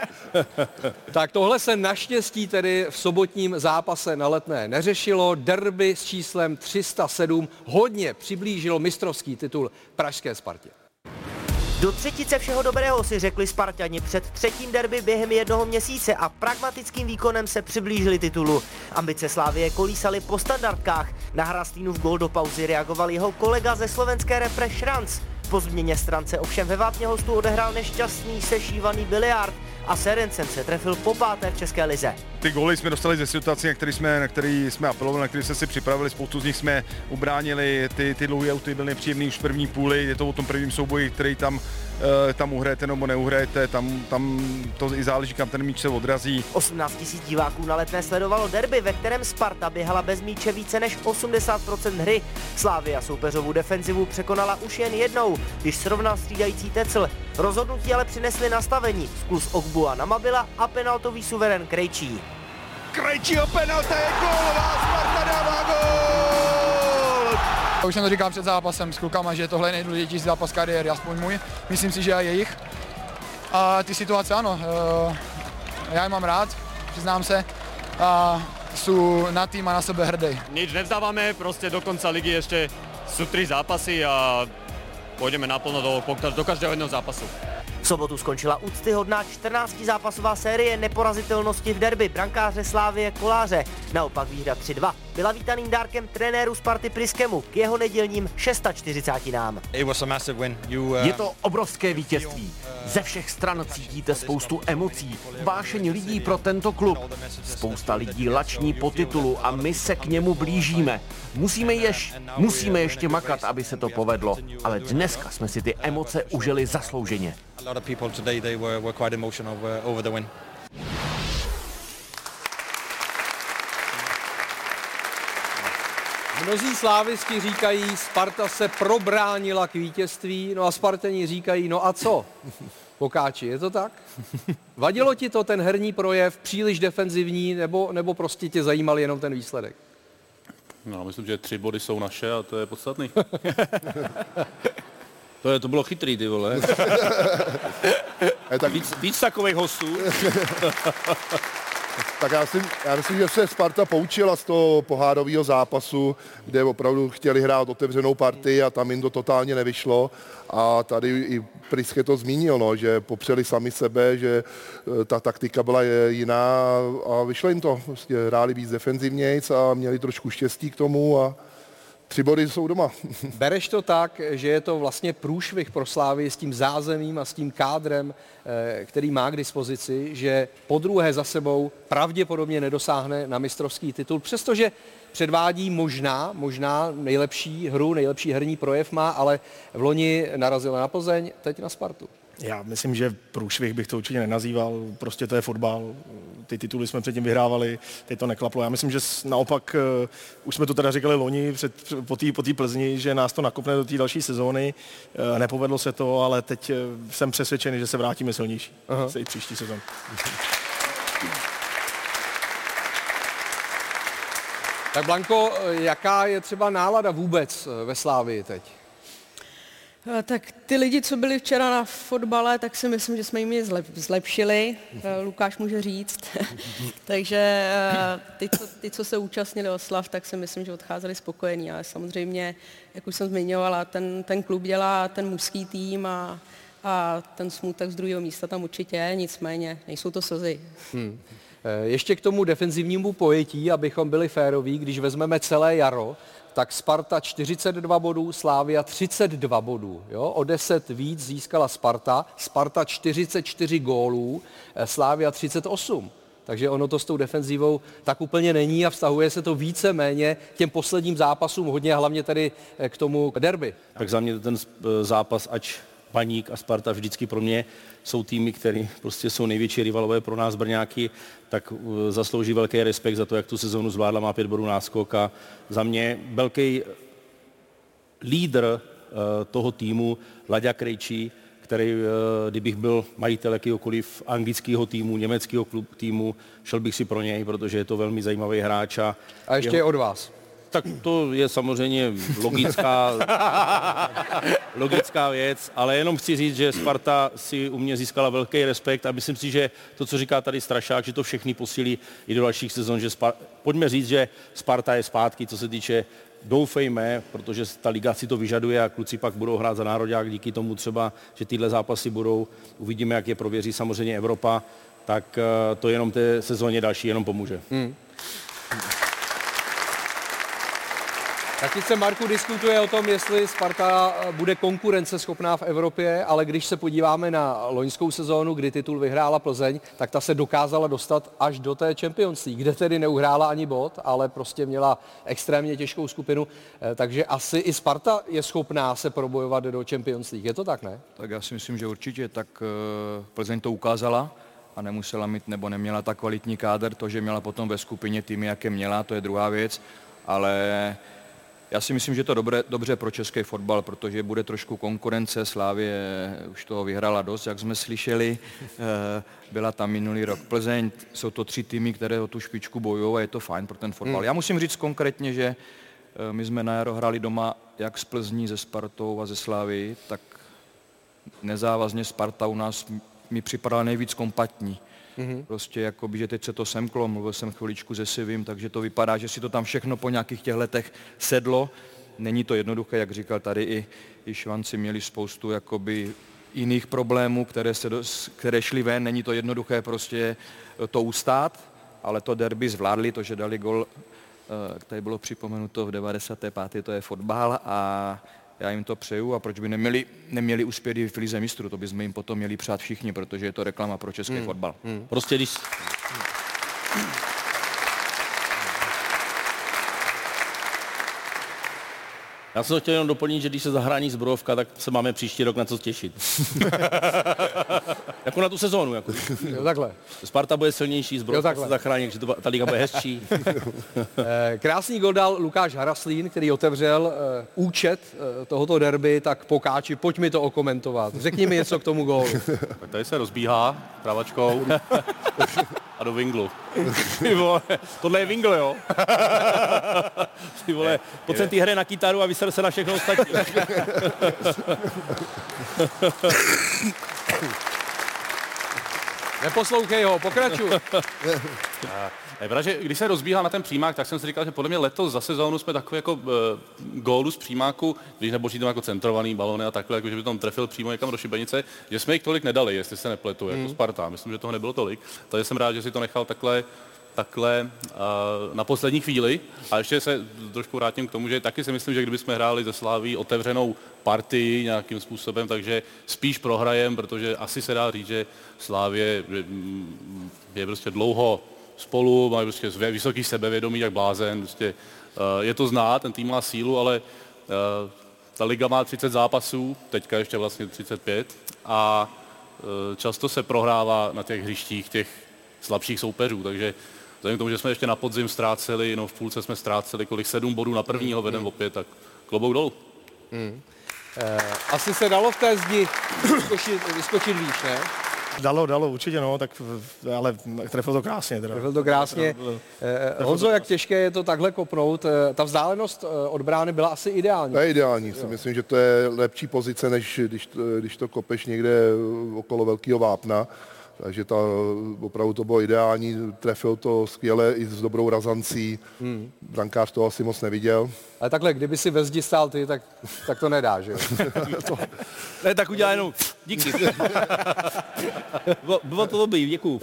Tak tohle se naštěstí tedy v sobotním zápase na Letné neřešilo. Derby s číslem tři sta sedm hodně přiblížilo mistrovský titul pražské Spartě. Do třetice všeho dobrého si řekli Sparťani před třetím derby během jednoho měsíce a pragmatickým výkonem se přiblížili titulu. Ambice Slavie kolísaly po standardkách. Na Hrastínův gól do pauzy reagoval jeho kolega ze slovenské repre Šranc. Po změně strance ovšem ve vápně hostů odehrál nešťastný sešívaný biliard a Serencen se trefil po páté v české lize. Ty góly jsme dostali ze situací, na které jsme, na který jsme apelovali, na které jsme si připravili, spoustu z nich jsme ubránili, ty, ty dlouhé auty byly nepříjemné už v první půli, je to o tom prvním souboji, který tam, uh, tam uhrajete nebo neuhrajete, tam, tam to i záleží, kam ten míč se odrazí. osmnáct tisíc diváků na Letné sledovalo derby, ve kterém Sparta běhala bez míče více než osmdesát procent hry. Slavia soupeřovou defenzivu překonala už jen jednou, když srovnal střídající Tecl. Rozhodnutí ale přinesli nastavení, skluz Ogbua na Mabila a penaltový suverén Krejčí. Krejčího penalta je gólová, Sparta dává gól! Už jsem to říkal před zápasem s klukama, že tohle je nejdůležitější zápas kariéry, aspoň můj, myslím si, že i jejich. A ty situace ano, já je mám rád, přiznám se, a jsou na tým a na sebe hrdý. Nič nevzdáváme, prostě do konca ligy ještě jsou tři zápasy a půjdeme naplno do, do každého jednoho zápasu. V sobotu skončila úctyhodná čtrnáctizápasová série neporazitelnosti v derby brankáře Slávie Koláře. Naopak výhra tři dva byla vítaným dárkem trenéru Sparty Priskemu k jeho nedělním šestačtyřicátinám. Je to obrovské vítězství. Ze všech stran cítíte spoustu emocí, vášeň lidí pro tento klub. Spousta lidí lační po titulu a my se k němu blížíme. Musíme, ješ, musíme ještě makat, aby se to povedlo, ale dneska jsme si ty emoce užili zaslouženě. Mnozí slávisti říkají, Sparta se probránila k vítězství, no a Spartani říkají, no a co? Pokáči, je to tak? Vadilo ti to ten herní projev, příliš defenzivní, nebo, nebo prostě tě zajímal jenom ten výsledek? No, myslím, že tři body jsou naše a to je podstatný. To, je, to bylo chytrý, ty vole. tak... víc, víc takových hostů. Tak já, si, já myslím, že se Sparta poučila z toho pohárového zápasu, kde opravdu chtěli hrát otevřenou partii a tam jim to totálně nevyšlo. A tady i Priske to zmínil, no, že popřeli sami sebe, že ta taktika byla jiná a vyšlo jim to. Prostě hráli víc defenzivnějc a měli trošku štěstí k tomu a tři body jsou doma. Bereš to tak, že je to vlastně průšvih pro Slávii s tím zázemím a s tím kádrem, který má k dispozici, že podruhé za sebou pravděpodobně nedosáhne na mistrovský titul, přestože předvádí možná, možná nejlepší hru, nejlepší herní projev má, ale v loni narazila na Plzeň, teď na Spartu. Já myslím, že průšvih bych to určitě nenazýval, prostě to je fotbal, ty tituly jsme předtím vyhrávali, teď to neklaplo. Já myslím, že naopak, uh, už jsme to teda říkali loni před, po té po té Plzni, že nás to nakopne do té další sezóny, uh, nepovedlo se to, ale teď uh, jsem přesvědčený, že se vrátíme silnější i příští sezon. Tak Blanko, jaká je třeba nálada vůbec ve Slavii teď? Tak ty lidi, co byli včera na fotbale, tak si myslím, že jsme jim je zlepšili. Lukáš může říct. Takže ty co, ty, co se účastnili oslav, tak si myslím, že odcházeli spokojení. Ale samozřejmě, jak už jsem zmiňovala, ten, ten klub dělá ten mužský tým a, a ten smutek z druhého místa tam určitě je, nicméně nejsou to slzy. Hmm. Ještě k tomu defenzivnímu pojetí, abychom byli féroví, když vezmeme celé jaro, tak Sparta čtyřicet dva bodů, Slavia třicet dva bodů. Jo? O deset víc získala Sparta, Sparta čtyřicet čtyři gólů, Slavia třicet osm. Takže ono to s tou defenzivou tak úplně není a vztahuje se to více méně těm posledním zápasům, hodně hlavně tedy k tomu derby. Tak za mě ten zápas, ač Baník a Sparta vždycky pro mě jsou týmy, které prostě jsou největší rivalové pro nás Brňáky, tak zaslouží velký respekt za to, jak tu sezónu zvládla, má pět bodů náskok a za mě velký lídr uh, toho týmu, Laďa Krejčí, který, uh, kdybych byl majitel jakýhokoliv anglického týmu, německého klub týmu, šel bych si pro něj, protože je to velmi zajímavý hráč. A, a ještě jeho... je od vás. Tak to je samozřejmě logická, logická věc, ale jenom chci říct, že Sparta si u mě získala velký respekt a myslím si, že to, co říká tady Strašák, že to všechny posílí i do dalších sezon, že Spar- pojďme říct, že Sparta je zpátky, co se týče, doufejme, protože ta liga si to vyžaduje a kluci pak budou hrát za nároďák díky tomu třeba, že tyhle zápasy budou, uvidíme, jak je prověří samozřejmě Evropa, tak to jenom té sezóně další jenom pomůže. Hmm. Taky se, Marku, diskutuje o tom, jestli Sparta bude konkurenceschopná v Evropě, ale když se podíváme na loňskou sezónu, kdy titul vyhrála Plzeň, tak ta se dokázala dostat až do té Champions League, kde tedy neuhrála ani bod, ale prostě měla extrémně těžkou skupinu, takže asi i Sparta je schopná se probojovat do Champions League. Je to tak, ne? Tak já si myslím, že určitě. Tak Plzeň to ukázala a nemusela mít nebo neměla tak kvalitní kádr, to, že měla potom ve skupině týmy, jaké měla, to je druhá věc, ale já si myslím, že je to dobré, dobře pro český fotbal, protože bude trošku konkurence. Slávie už toho vyhrála dost, jak jsme slyšeli. Byla tam minulý rok Plzeň. Jsou to tři týmy, které o tu špičku bojují a je to fajn pro ten fotbal. Hmm. Já musím říct konkrétně, že my jsme na jaro hráli doma jak s Plzní, se Spartou a ze Slávy, tak nezávazně Sparta u nás mi připadala nejvíc kompaktní. Mm-hmm. Prostě jakoby, že teď se to semklo, mluvil jsem chviličku se Sivím, takže to vypadá, že si to tam všechno po nějakých těch letech sedlo. Není to jednoduché, jak říkal tady i, i Švanci měli spoustu jakoby jiných problémů, které, se do, které šly ven, není to jednoduché prostě to ustát, ale to derby zvládli, to, že dali gol, tady bylo připomenuto v devadesáté páté to je fotbal a já jim to přeju a proč by neměli, neměli uspět i v lize mistrů, to bychom jim potom měli přát všichni, protože je to reklama pro český hmm. fotbal. Hmm. Prostě když... Já jsem chtěl jenom doplnit, že když se zahrání Zbrojovka, tak se máme příští rok na co těšit. Jako na tu sezónu. Jako. Jo, takhle. Sparta bude silnější, Zbrojovka se zachrání, takže to, ta liga bude hezčí. Krásný gol dal Lukáš Haraslín, který otevřel uh, účet uh, tohoto derby, tak Pokáči, pojď mi to okomentovat. Řekni mi něco k tomu gólu. Tak tady se rozbíhá pravačkou a do vinglu. Ty vole, tohle je vingl, jo? Ty vole, pojď sem ty hry na kytaru a vyser se na všechno ostatní. Neposlouchej ho, pokračuj. Je pravda, že když se rozbíhal na ten přímák, tak jsem si říkal, že podle mě letos za sezónu jsme takový jako uh, gólu z přímáku, když nepočítám jako centrovaný balony a takhle, jako že by tam trefil přímo někam do šibenice, že jsme jich tolik nedali, jestli se nepletu, jako hmm. Sparta. Myslím, že toho nebylo tolik. Takže jsem rád, že si to nechal takhle takhle uh, na poslední chvíli. A ještě se trošku vrátím k tomu, že taky si myslím, že kdybychom hráli ze Slaví otevřenou partii nějakým způsobem, takže spíš prohrajem, protože asi se dá říct, že Slávě je prostě dlouho spolu, má prostě vysoký sebevědomí, jak blázen. Prostě, uh, je to znát, ten tým má sílu, ale uh, ta liga má třicet zápasů, teďka ještě vlastně třicet pět a často se prohrává na těch hřištích těch slabších soupeřů, takže vzhledem k tomu, že jsme ještě na podzim ztráceli, no v půlce jsme ztráceli kolik sedm bodů na prvního, vedem hmm. opět, tak klobouk dolů. Hmm. Eh, asi se dalo v té zdi vyskočit, vyskočit výš, ne? Dalo, dalo, určitě no, tak, ale trefil to krásně. Teda. Trefil to krásně. Eh, Honzo, jak těžké je to takhle kopnout? Eh, ta vzdálenost od brány byla asi ideální. To je ideální, si myslím, že to je lepší pozice, než když, když to kopeš někde okolo velkého vápna. Takže ta, opravdu to bylo ideální, trefil to skvěle i s dobrou razancí. Hmm. Brankář to asi moc neviděl. Ale takhle, kdyby si ve zdi stál ty, tak, tak to nedá, že jo? to... Ne, tak udělá jenom díky. Bylo to dobrý, děkuju.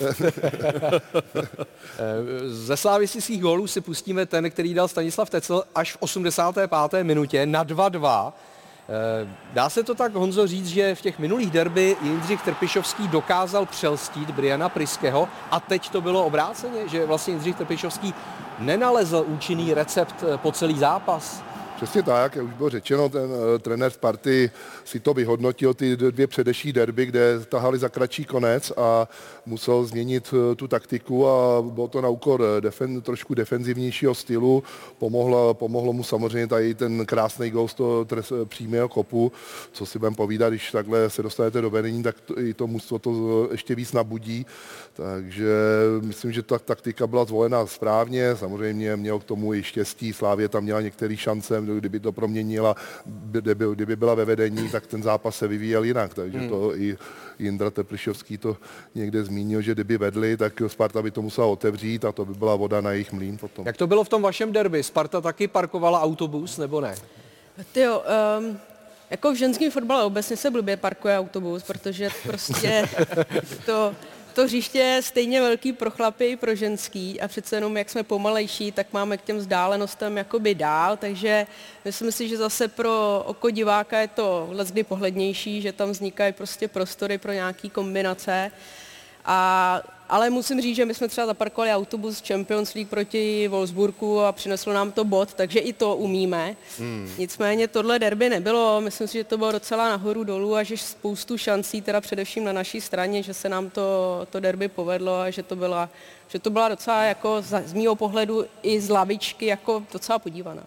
Ze slávistických gólů si pustíme ten, který dal Stanislav Tecl až v osmdesáté páté minutě na dva dva. Dá se to tak, Honzo, říct, že v těch minulých derby Jindřich Trpišovský dokázal přelstít Briana Priského a teď to bylo obráceně, že vlastně Jindřich Trpišovský nenalezl účinný recept po celý zápas? Přesně tak, jak už bylo řečeno, ten uh, trenér Sparty si to vyhodnotil, ty dvě předešlý derby, kde tahali za kratší konec a musel změnit uh, tu taktiku a bylo to na úkor defen, trošku defenzivnějšího stylu. Pomohlo, pomohlo mu samozřejmě tady ten krásný gól z toho tres, přímého kopu, co si budeme povídat, když takhle se dostanete do vedení, tak to, i to mužstvo to ještě víc nabudí. Takže myslím, že ta taktika byla zvolena správně, samozřejmě měl k tomu i štěstí, Slávě tam měla některé šance, kdyby to proměnila, kdyby, kdyby byla ve vedení, tak ten zápas se vyvíjel jinak, takže hmm. to i Jindra Teplišovský to někde zmínil, že kdyby vedli, tak Sparta by to musela otevřít a to by byla voda na jejich mlýn potom. Jak to bylo v tom vašem derby? Sparta taky parkovala autobus, nebo ne? Tyjo, um, jako v ženském fotbale obecně se blbě parkuje autobus, protože prostě to... To hřiště je stejně velký pro chlapy i pro ženský a přece jenom jak jsme pomalejší, tak máme k těm vzdálenostem jakoby dál, takže myslím si, že zase pro oko diváka je to leckdy pohlednější, že tam vznikají prostě prostory pro nějaký kombinace. A, ale musím říct, že my jsme třeba zaparkovali autobus Champions League proti Wolfsburgu a přineslo nám to bod, takže i to umíme. Hmm. Nicméně tohle derby nebylo, myslím si, že to bylo docela nahoru dolů a že spoustu šancí, teda především na naší straně, že se nám to, to derby povedlo a že to byla, že to byla docela jako z, z mýho pohledu i z lavičky jako docela podívaná.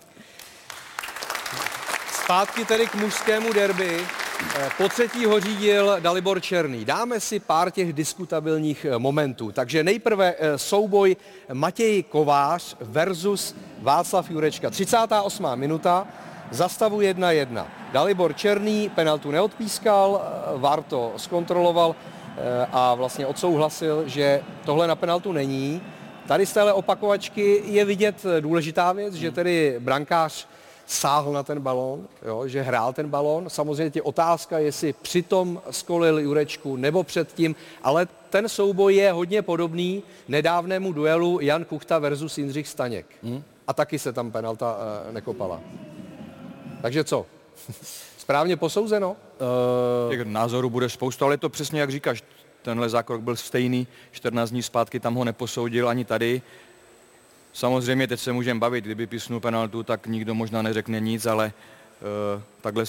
Zpátky tedy k mužskému derby. Po třetí ho řídil Dalibor Černý. Dáme si pár těch diskutabilních momentů. Takže nejprve souboj Matěj Kovář versus Václav Jurečka. třicátá osmá minuta, za stavu jedna jedna. Dalibor Černý penaltu neodpískal, V A R to zkontroloval a vlastně odsouhlasil, že tohle na penaltu není. Tady z téhle opakovačky je vidět důležitá věc, že tedy brankář sáhl na ten balón, jo, že hrál ten balón. Samozřejmě tě otázka, jestli přitom skolil Jurečku nebo předtím, ale ten souboj je hodně podobný nedávnému duelu Jan Kuchta versus Jindřich Staněk. Hmm? A taky se tam penalta uh, nekopala. Takže co? Správně posouzeno? Uh... Těch názorů bude spoustu, ale je to přesně jak říkáš. Tenhle zákrok byl stejný, čtrnáct dní zpátky tam ho neposoudil ani tady. Samozřejmě teď se můžeme bavit, kdyby písnul penaltu, tak nikdo možná neřekne nic, ale uh, takhle...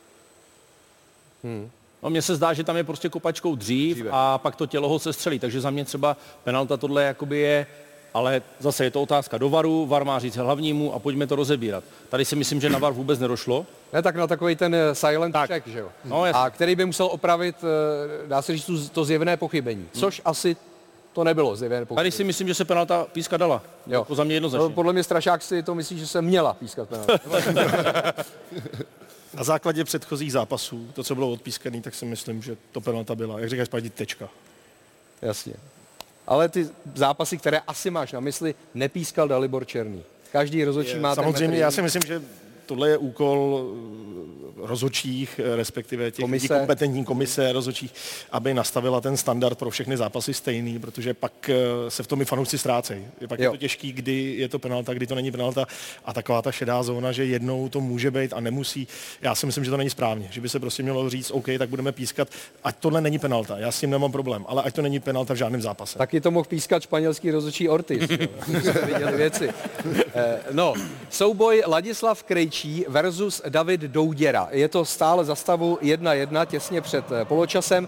Hmm. No mně se zdá, že tam je prostě kopačkou dřív Dříve. a pak to tělo ho se střelí, takže za mě třeba penalta tohle jakoby je, ale zase je to otázka do varu, var má říct hlavnímu a pojďme to rozebírat. Tady si myslím, že na var vůbec nedošlo. Ne, tak na takový ten silent tak. check, že jo? No, a který by musel opravit, dá se říct, to zjevné pochybení, což hmm. asi to nebylo zjevné pochybení. Tady si myslím, že se penalta pískat dala. Jo. Jako za mě jednoznačně. No, podle mě Strašák si to myslí, že se měla pískat penalta. Na základě předchozích zápasů, to, co bylo odpískaný, tak si myslím, že to penalta byla. Jak říkáš, padí tečka. Jasně. Ale ty zápasy, které asi máš na mysli, nepískal Dalibor Černý. Každý rozhodčí má ten samozřejmě, já si myslím, že tohle je úkol rozhodčích, respektive těch lidí kompetentní komise rozhodčích, aby nastavila ten standard pro všechny zápasy stejný, protože pak se v tom i fanoušci ztrácejí. Pak jo. je to těžký, kdy je to penalta, kdy to není penalta a taková ta šedá zóna, že jednou to může být a nemusí. Já si myslím, že to není správně, že by se prostě mělo říct, OK, tak budeme pískat, ať tohle není penalta, já s tím nemám problém, ale ať to není penalta v žádném zápase. Taky to mohl pískat španělský rozhodčí Ortiz. Viděli věci. No, souboj Ladislav Krejčí versus David Douděra. Je to stále za stavu jedna jedna těsně před poločasem.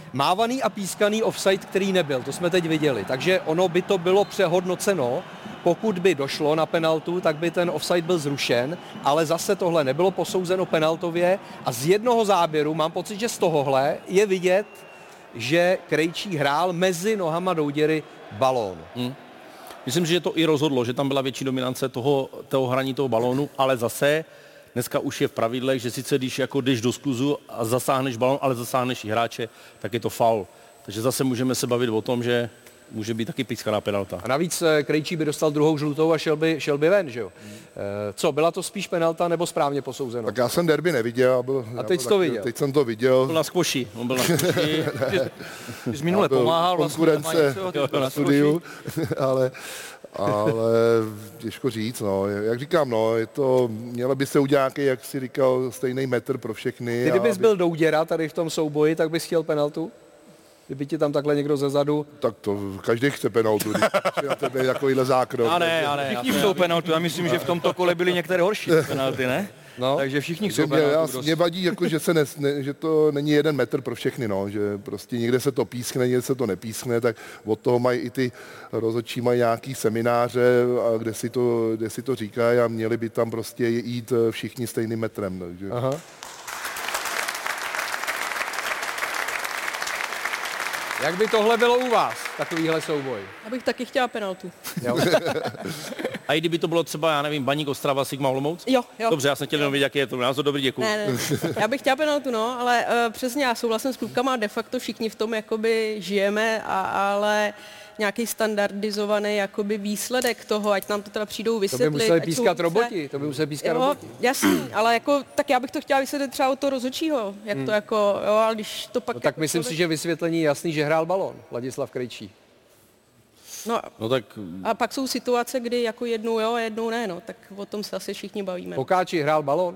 mávaný a pískaný offside, který nebyl, to jsme teď viděli. Takže ono by to bylo přehodnoceno, pokud by došlo na penaltu, tak by ten offside byl zrušen, ale zase tohle nebylo posouzeno penaltově a z jednoho záběru, mám pocit, že z tohohle je vidět, že Krejčí hrál mezi nohama Douděry balón. Hmm. Myslím, že to i rozhodlo, že tam byla větší dominance toho, toho hraní toho balónu, ale zase dneska už je v pravidlech, že sice když jako jdeš do skluzu a zasáhneš balón, ale zasáhneš i hráče, tak je to faul. Takže zase můžeme se bavit o tom, že může být taky pískaná penalta. A navíc Krejčí by dostal druhou žlutou a šel by, šel by ven, že jo? Hmm. E, co, byla to spíš penalta nebo správně posouzeno? Tak já jsem derby neviděl. A, byl, a teď jsi to viděl? Teď jsem to viděl. Byl na skvoši. On byl na skvoši. Jsi minule pomáhal konkurence v studiu, ale, ale těžko říct, no. Jak říkám, no, je to, mělo by se udělat nějaký, jak jsi říkal, stejný metr pro všechny. Ty, kdybys aby... byl Douděra tady v tom souboji, tak bys chtěl penaltu? Kdyby ti tam takhle někdo zezadu... Tak to každý chce penaltu, když na tebe takovýhle zákrok. A ne, a ne. Všichni chcou penaltu, já myslím, že v tomto kole byly některé horší penalty, ne? No. Takže všichni chcou mě, penaltu. Já, mě vadí, jako, že, se ne, ne, že to není jeden metr pro všechny, no, že prostě někde se to pískne, někde se to nepískne, tak od toho mají i ty rozhodčí mají nějaký semináře, a kde, si to, kde si to říkají a měli by tam prostě jít všichni stejným metrem. Takže. Aha. Jak by tohle bylo u vás, takovýhle souboj? Abych taky chtěla penaltu. A i kdyby to bylo třeba, já nevím, Baník Ostrava, Sigma Olomouc? Jo, jo. Dobře, já jsem chtěl jenom vědět, jaký je to názor, dobrý, děkuji. Ne, ne, já bych chtěla penaltu, no, ale uh, přesně já souhlasím s klukama, de facto všichni v tom jakoby žijeme, a, ale nějaký standardizovaný jakoby výsledek toho, ať nám to teda přijdou vysvětlit. To by museli pískat roboti, to by museli pískat jo, roboti. Jasný, ale jako, tak já bych to chtěla vysvětlit třeba od toho rozhodčího, jak hmm. to jako, jo, ale když to pak... No, tak jako myslím člověk... si, že vysvětlení je jasný, že hrál balón, Ladislav Krejčí. No, no tak... A pak jsou situace, kdy jako jednou jo a jednou ne, no, tak o tom se asi všichni bavíme. Pokáči hrál balón?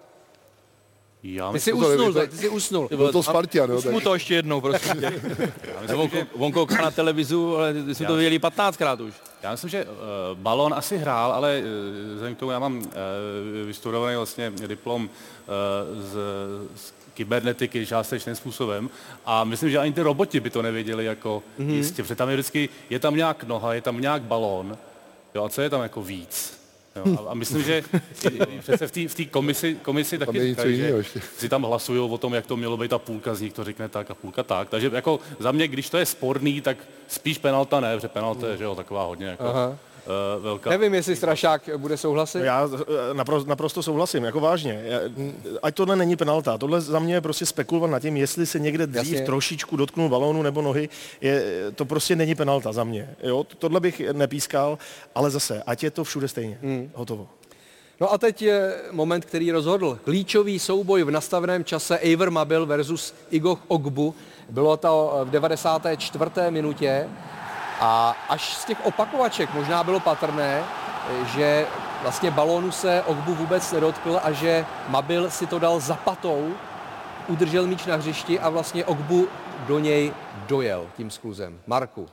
Já ty jsi usnul, ty, ty jsi usnul. Byl to Spartan, jo? Mu to ještě jednou, prosím. on, on kouká na televizu, ale ty jsme to viděli patnáctkrát už. Já myslím, že uh, balón asi hrál, ale uh, vzhledem k tomu já mám uh, vystudovaný vlastně diplom uh, z, z kybernetiky částečným způsobem a myslím, že ani ty roboti by to nevěděli jako mm-hmm. jistě, protože tam je vždycky, je tam nějak noha, je tam nějak balón, jo, a co je tam jako víc? Jo, a, a myslím, že přece v té komisi, komisi taky říkají, že si tam hlasují o tom, jak to mělo být a půlka z nich to řekne tak a půlka tak. Takže jako za mě, když to je sporný, tak spíš penalta ne, protože penalta je že jo, taková hodně jako uh, velká. Nevím, jestli Strašák bude souhlasit. Já naprosto, naprosto souhlasím, jako vážně. Já, ať tohle není penalta, tohle za mě je prostě spekulovat nad tím, jestli se někde dřív Jasně. trošičku dotknul balónu nebo nohy, je, to prostě není penalta za mě. Jo? Tohle bych nepískal, ale zase, ať je to všude stejně. Hmm. Hotovo. No a teď je moment, který rozhodl. Klíčový souboj v nastaveném čase Eivor Mabil versus Igoch Ogbu. Bylo to v devadesáté čtvrté minutě. A až z těch opakovaček možná bylo patrné, že vlastně balónu se Ogbu vůbec nedotkl a že Mabil si to dal za patou, udržel míč na hřišti a vlastně Ogbu do něj dojel tím skluzem. Marku,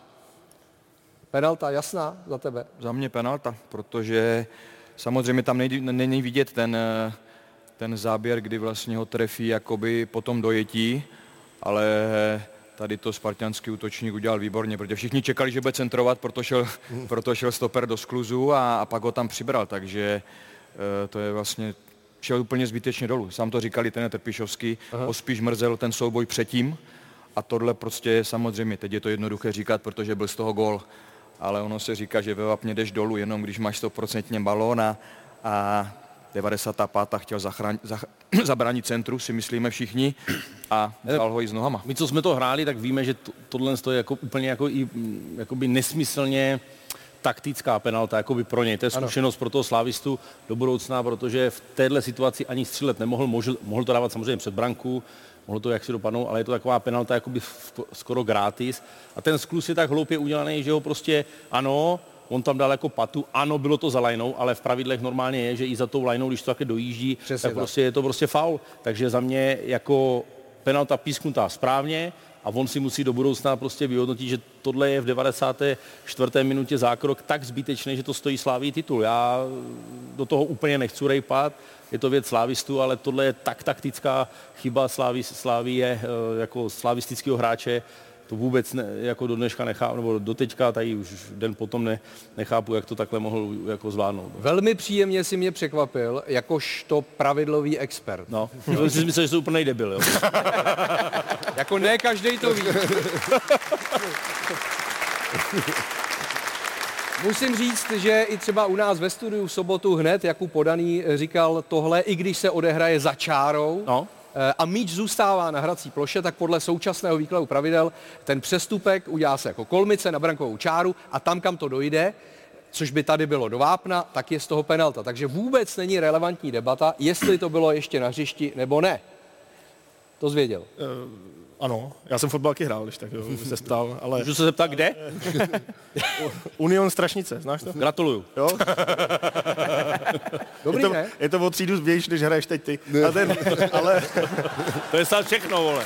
penalta jasná za tebe? Za mě penalta, protože samozřejmě tam není vidět ten, ten záběr, kdy vlastně ho trefí jakoby po tom dojetí, ale tady to spartanský útočník udělal výborně, protože všichni čekali, že bude centrovat, proto šel, proto šel stoper do skluzu a, a pak ho tam přibral, takže e, to je vlastně, šel úplně zbytečně dolů. Sám to říkali ten Trpišovský, ho spíš mrzel ten souboj předtím a tohle prostě samozřejmě, teď je to jednoduché říkat, protože byl z toho gól, ale ono se říká, že ve Vapně jdeš dolů, jenom když máš sto procent balón a, a devadesátá pátá chtěl zachránit, zach, zabránit centru, si myslíme všichni, a dal ho i s nohama. My, co jsme to hráli, tak víme, že to, tohle je jako úplně jako i, jakoby nesmyslně taktická penalta jakoby pro něj. To je zkušenost pro toho slávistu do budoucna, protože v téhle situaci ani střílet nemohl, mohl, mohl to dávat samozřejmě před branku, mohlo to jaksi dopadnout, ale je to taková penalta jakoby skoro gratis. A ten skluz je tak hloupě udělaný, že ho prostě, ano, on tam dal jako patu, ano, bylo to za lajnou, ale v pravidlech normálně je, že i za tou lajnou, když to také dojíždí, Přesně tak, tak prostě je to prostě faul. Takže za mě jako penalta písknutá správně, a on si musí do budoucna prostě vyhodnotit, že tohle je v devadesáté čtvrté minutě zákrok tak zbytečný, že to stojí Slávii titul. Já do toho úplně nechci rejpat, je to věc slávistů, ale tohle je tak taktická chyba Slávy, Slávie jako slavistického hráče, to vůbec ne, jako do dneška nechápu, nebo do teďka, tady už den potom ne, nechápu, jak to takhle mohl jako zvládnout. Velmi příjemně si mě překvapil, jakožto pravidlový expert. No, to si myslel, že jsi úplnej debil, jo. Jako ne každej to ví. Musím říct, že i třeba u nás ve studiu v sobotu hned Jakub Podaný říkal tohle, i když se odehraje za čárou, no. A míč zůstává na hrací ploše, tak podle současného výkladu pravidel ten přestupek udělá se jako kolmice na brankovou čáru a tam, kam to dojde, což by tady bylo do vápna, tak je z toho penalta. Takže vůbec není relevantní debata, jestli to bylo ještě na hřišti nebo ne. To jsi věděl? Uh, ano, já jsem fotbalky hrál, když tak jo, se ptal, ale... Můžu se zeptat, kde? Union Strašnice, znáš to? Gratuluju. Jo? Dobrý, je to, ne? Je to o třídu zbějš, než hraješ teď ty. A ten, ale... To je snad všechno, vole.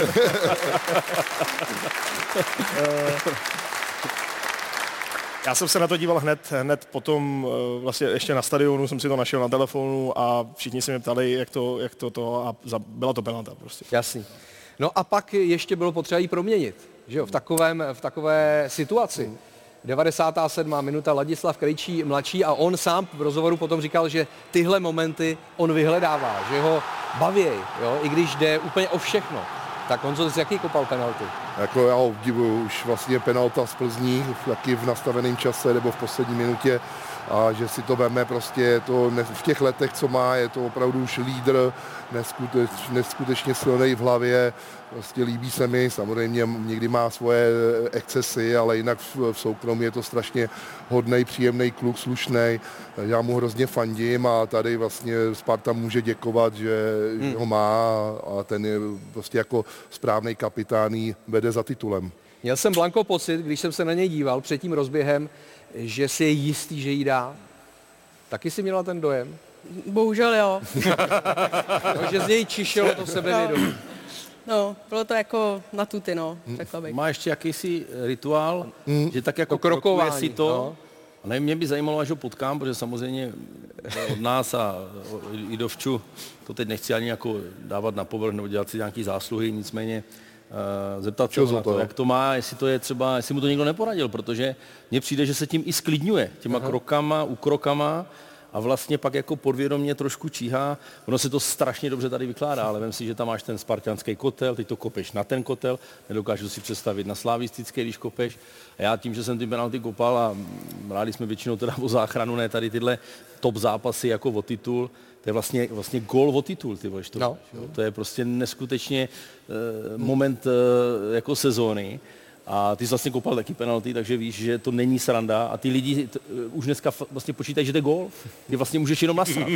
Já jsem se na to díval hned, hned potom, vlastně ještě na stadionu jsem si to našel na telefonu a všichni se mě ptali, jak to, jak to, to a za, byla to penalta prostě. Jasný. No a pak ještě bylo potřeba ji proměnit, že jo, v, takovém, v takové situaci. devadesátá sedmá minuta, Ladislav Krejčí mladší a on sám v rozhovoru potom říkal, že tyhle momenty on vyhledává, že ho bavěj, jo, i když jde úplně o všechno. Tak Honzo, z jaký kopal penalty? Jako já obdivuju už vlastně penalta z Plzní, taky v nastaveném čase nebo v poslední minutě a že si to veme prostě je to ne, v těch letech, co má, je to opravdu už lídr, neskuteč, neskutečně silný v hlavě, prostě líbí se mi, samozřejmě někdy má svoje excesy, ale jinak v, v soukromí je to strašně hodnej, příjemný kluk, slušnej, já mu hrozně fandím a tady vlastně Sparta může děkovat, že hmm. ho má a ten je prostě jako správný kapitán vede za titulem. Měl jsem Blanko pocit, když jsem se na něj díval před tím rozběhem, že si je jistý, že jí dá. Taky si měla ten dojem? Bohužel jo. No, že z něj čišelo to sebevědomí. No, bylo to jako na tuty, no, řekla bych. Má ještě jakýsi rituál, mm. že tak jako to krokování, si to. No. A nevím, mě by zajímalo, až ho potkám, protože samozřejmě od nás a i do Vču to teď nechci ani jako dávat na povrch nebo dělat si nějaký zásluhy, nicméně uh, zeptat se na to, jak to má, jestli to je třeba, jestli mu to někdo neporadil, protože mně přijde, že se tím i sklidňuje, těma Aha. krokama, ukrokama a vlastně pak jako podvědomě trošku číhá. Ono se to strašně dobře tady vykládá, ale vem si, že tam máš ten spartanský kotel, teď to kopeš na ten kotel, nedokážu si představit na slavistický, když kopeš. A já tím, že jsem ty penalty kopal a rádi jsme většinou teda o záchranu, ne tady tyhle top zápasy jako o titul, to je vlastně, vlastně gól o titul, ty vole, to, no. To je prostě neskutečně uh, moment uh, jako sezóny. A ty jsi vlastně kopal taky penalty, takže víš, že to není sranda a ty lidi t, už dneska vlastně počítají, že to je gól. Ty vlastně můžeš jenom nasnat.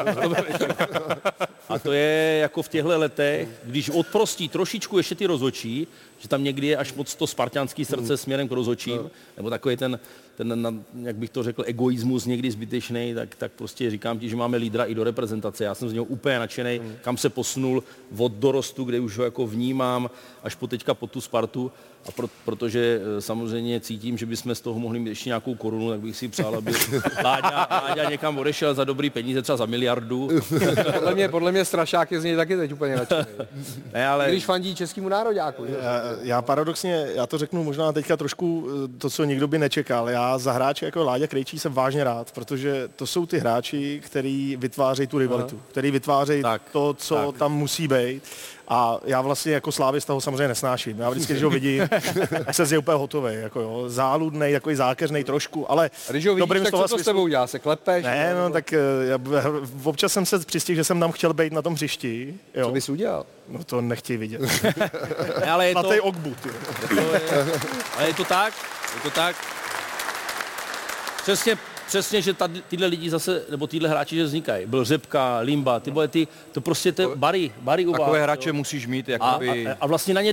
A to je jako v těchto letech, když odprostí trošičku ještě ty rozhodčí, že tam někdy je až moc to spartanský srdce směrem k rozhodčím, nebo takový ten, ten, jak bych to řekl, egoismus někdy zbytečný, tak, tak prostě říkám ti, že máme lídra i do reprezentace. Já jsem z něho úplně nadšený, kam se posunul od dorostu, kde už ho jako vnímám, až po teďka po tu Spartu. A pro, protože samozřejmě cítím, že bychom z toho mohli mít ještě nějakou korunu, tak bych si přál, aby Láďa, Láďa někam odešel za dobrý peníze, třeba za miliardu. podle, mě, podle mě Strašák je z něj taky teď úplně nadšený. Ne, ale... Když fandí českému nároďáku. Já, já paradoxně, já to řeknu možná teďka trošku to, co nikdo by nečekal. Já za hráče jako Láďa Krejčí jsem vážně rád, protože to jsou ty hráči, který vytvářejí tu rivalitu, Aha. který vytvářejí tak, to, co tak. tam musí být. A já vlastně jako slávista ho samozřejmě nesnáším. Já vždycky, když ho vidím, tak jsem z něj úplně hotový. Jako jo, záludnej, takový zákeřnej trošku, ale a když ho vidíš, tak co to s tebou dělá? Se klepeš? Ne, no tak já, občas jsem se přistihl, že jsem tam chtěl být na tom hřišti. Jo. Co bys udělal? No to nechtěji vidět. Ne, ale je na to... tej okbu, ty. Je to, je... Ale je to tak, je to tak. Přesně Přesně, že tady, tyhle lidi zase, nebo tyhle hráči, že vznikají. Byl Řepka, Limba, ty vole, ty, to prostě ty bary, bary u vás. Takové hráče musíš mít, jakoby... A, a, a vlastně na ně jdeš.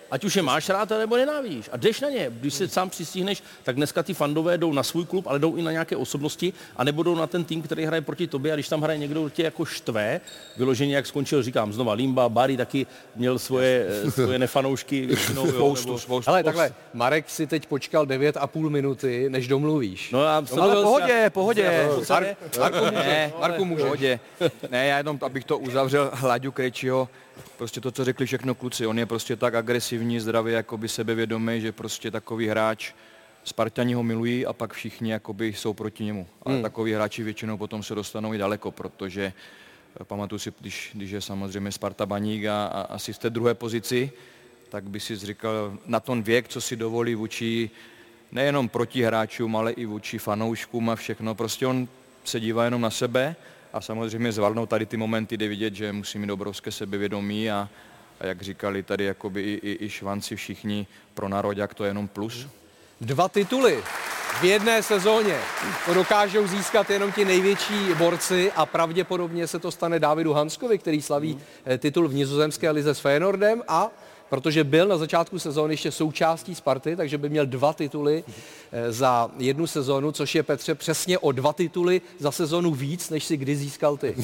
Ať už je máš rád, nebo nenávidíš. A jdeš na ně. Když se sám přistihneš, tak dneska ty fandové jdou na svůj klub, ale jdou i na nějaké osobnosti a nebo jdou na ten tým, který hraje proti tobě. A když tam hraje někdo, tě jako štve, vyloženě jak skončil, říkám znova, Limba, Bari taky měl svoje, svoje nefanoušky. Většinou, spoustu, nebo, spoustu. Ale takhle, Marek si teď počkal devět a půl minuty, než domluvíš. No a no, ale pohodě, pohodě. Mar- Marku může. Ne, Marku může. Pohodě. Ne, já jenom, abych to uzavřel, Hlaďu Krejčího, prostě to, co řekli všechno kluci, on je prostě tak agresivní, zdravý, jakoby sebevědomý, že prostě takový hráč, Spartani ho milují a pak všichni jakoby jsou proti němu. Ale hmm. takový hráči většinou potom se dostanou i daleko, protože pamatuju si, když, když je samozřejmě Sparta Baník a, a asi v té druhé pozici, tak by si říkal na ten věk, co si dovolí vůči nejenom proti hráčům, ale i vůči fanouškům a všechno. Prostě on se dívá jenom na sebe a samozřejmě zvládnou tady ty momenty, jde vidět, že musí mít obrovské sebevědomí a, a jak říkali tady jakoby i, i, i Švanci všichni, pro nároďák to je jenom plus. Dva tituly v jedné sezóně. To dokážou získat jenom ti největší borci a pravděpodobně se to stane Dávidu Hanskovi, který slaví titul v nizozemské lize s Feyenoordem a protože byl na začátku sezóny ještě součástí Sparty, takže by měl dva tituly za jednu sezónu, což je, Petře, přesně o dva tituly za sezónu víc, než si kdy získal ty.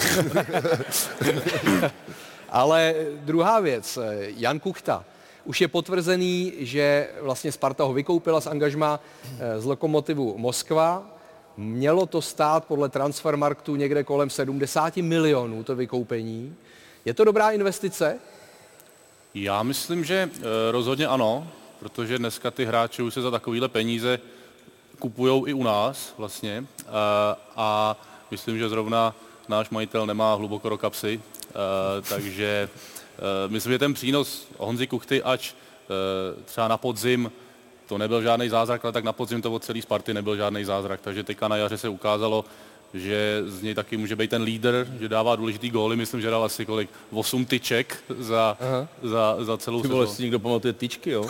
Ale druhá věc, Jan Kuchta. Už je potvrzený, že vlastně Sparta ho vykoupila z angažmá z Lokomotivu Moskva. Mělo to stát podle Transfermarktu někde kolem sedmdesát milionů, to vykoupení. Je to dobrá investice? Já myslím, že e, rozhodně ano, protože dneska ty hráči už se za takovýhle peníze kupujou i u nás vlastně e, a myslím, že zrovna náš majitel nemá hluboko do kapsy, e, takže e, myslím, že ten přínos Honzy Kuchty, ač e, třeba na podzim to nebyl žádný zázrak, ale tak na podzim to od celý Sparty nebyl žádný zázrak, takže teďka na jaře se ukázalo, že z něj taky může být ten lídr, že dává důležitý góly, myslím, že dal asi kolik, osm tyček za, za, za celou sezónu. Ty vole, si někdo pamatuje tyčky, jo?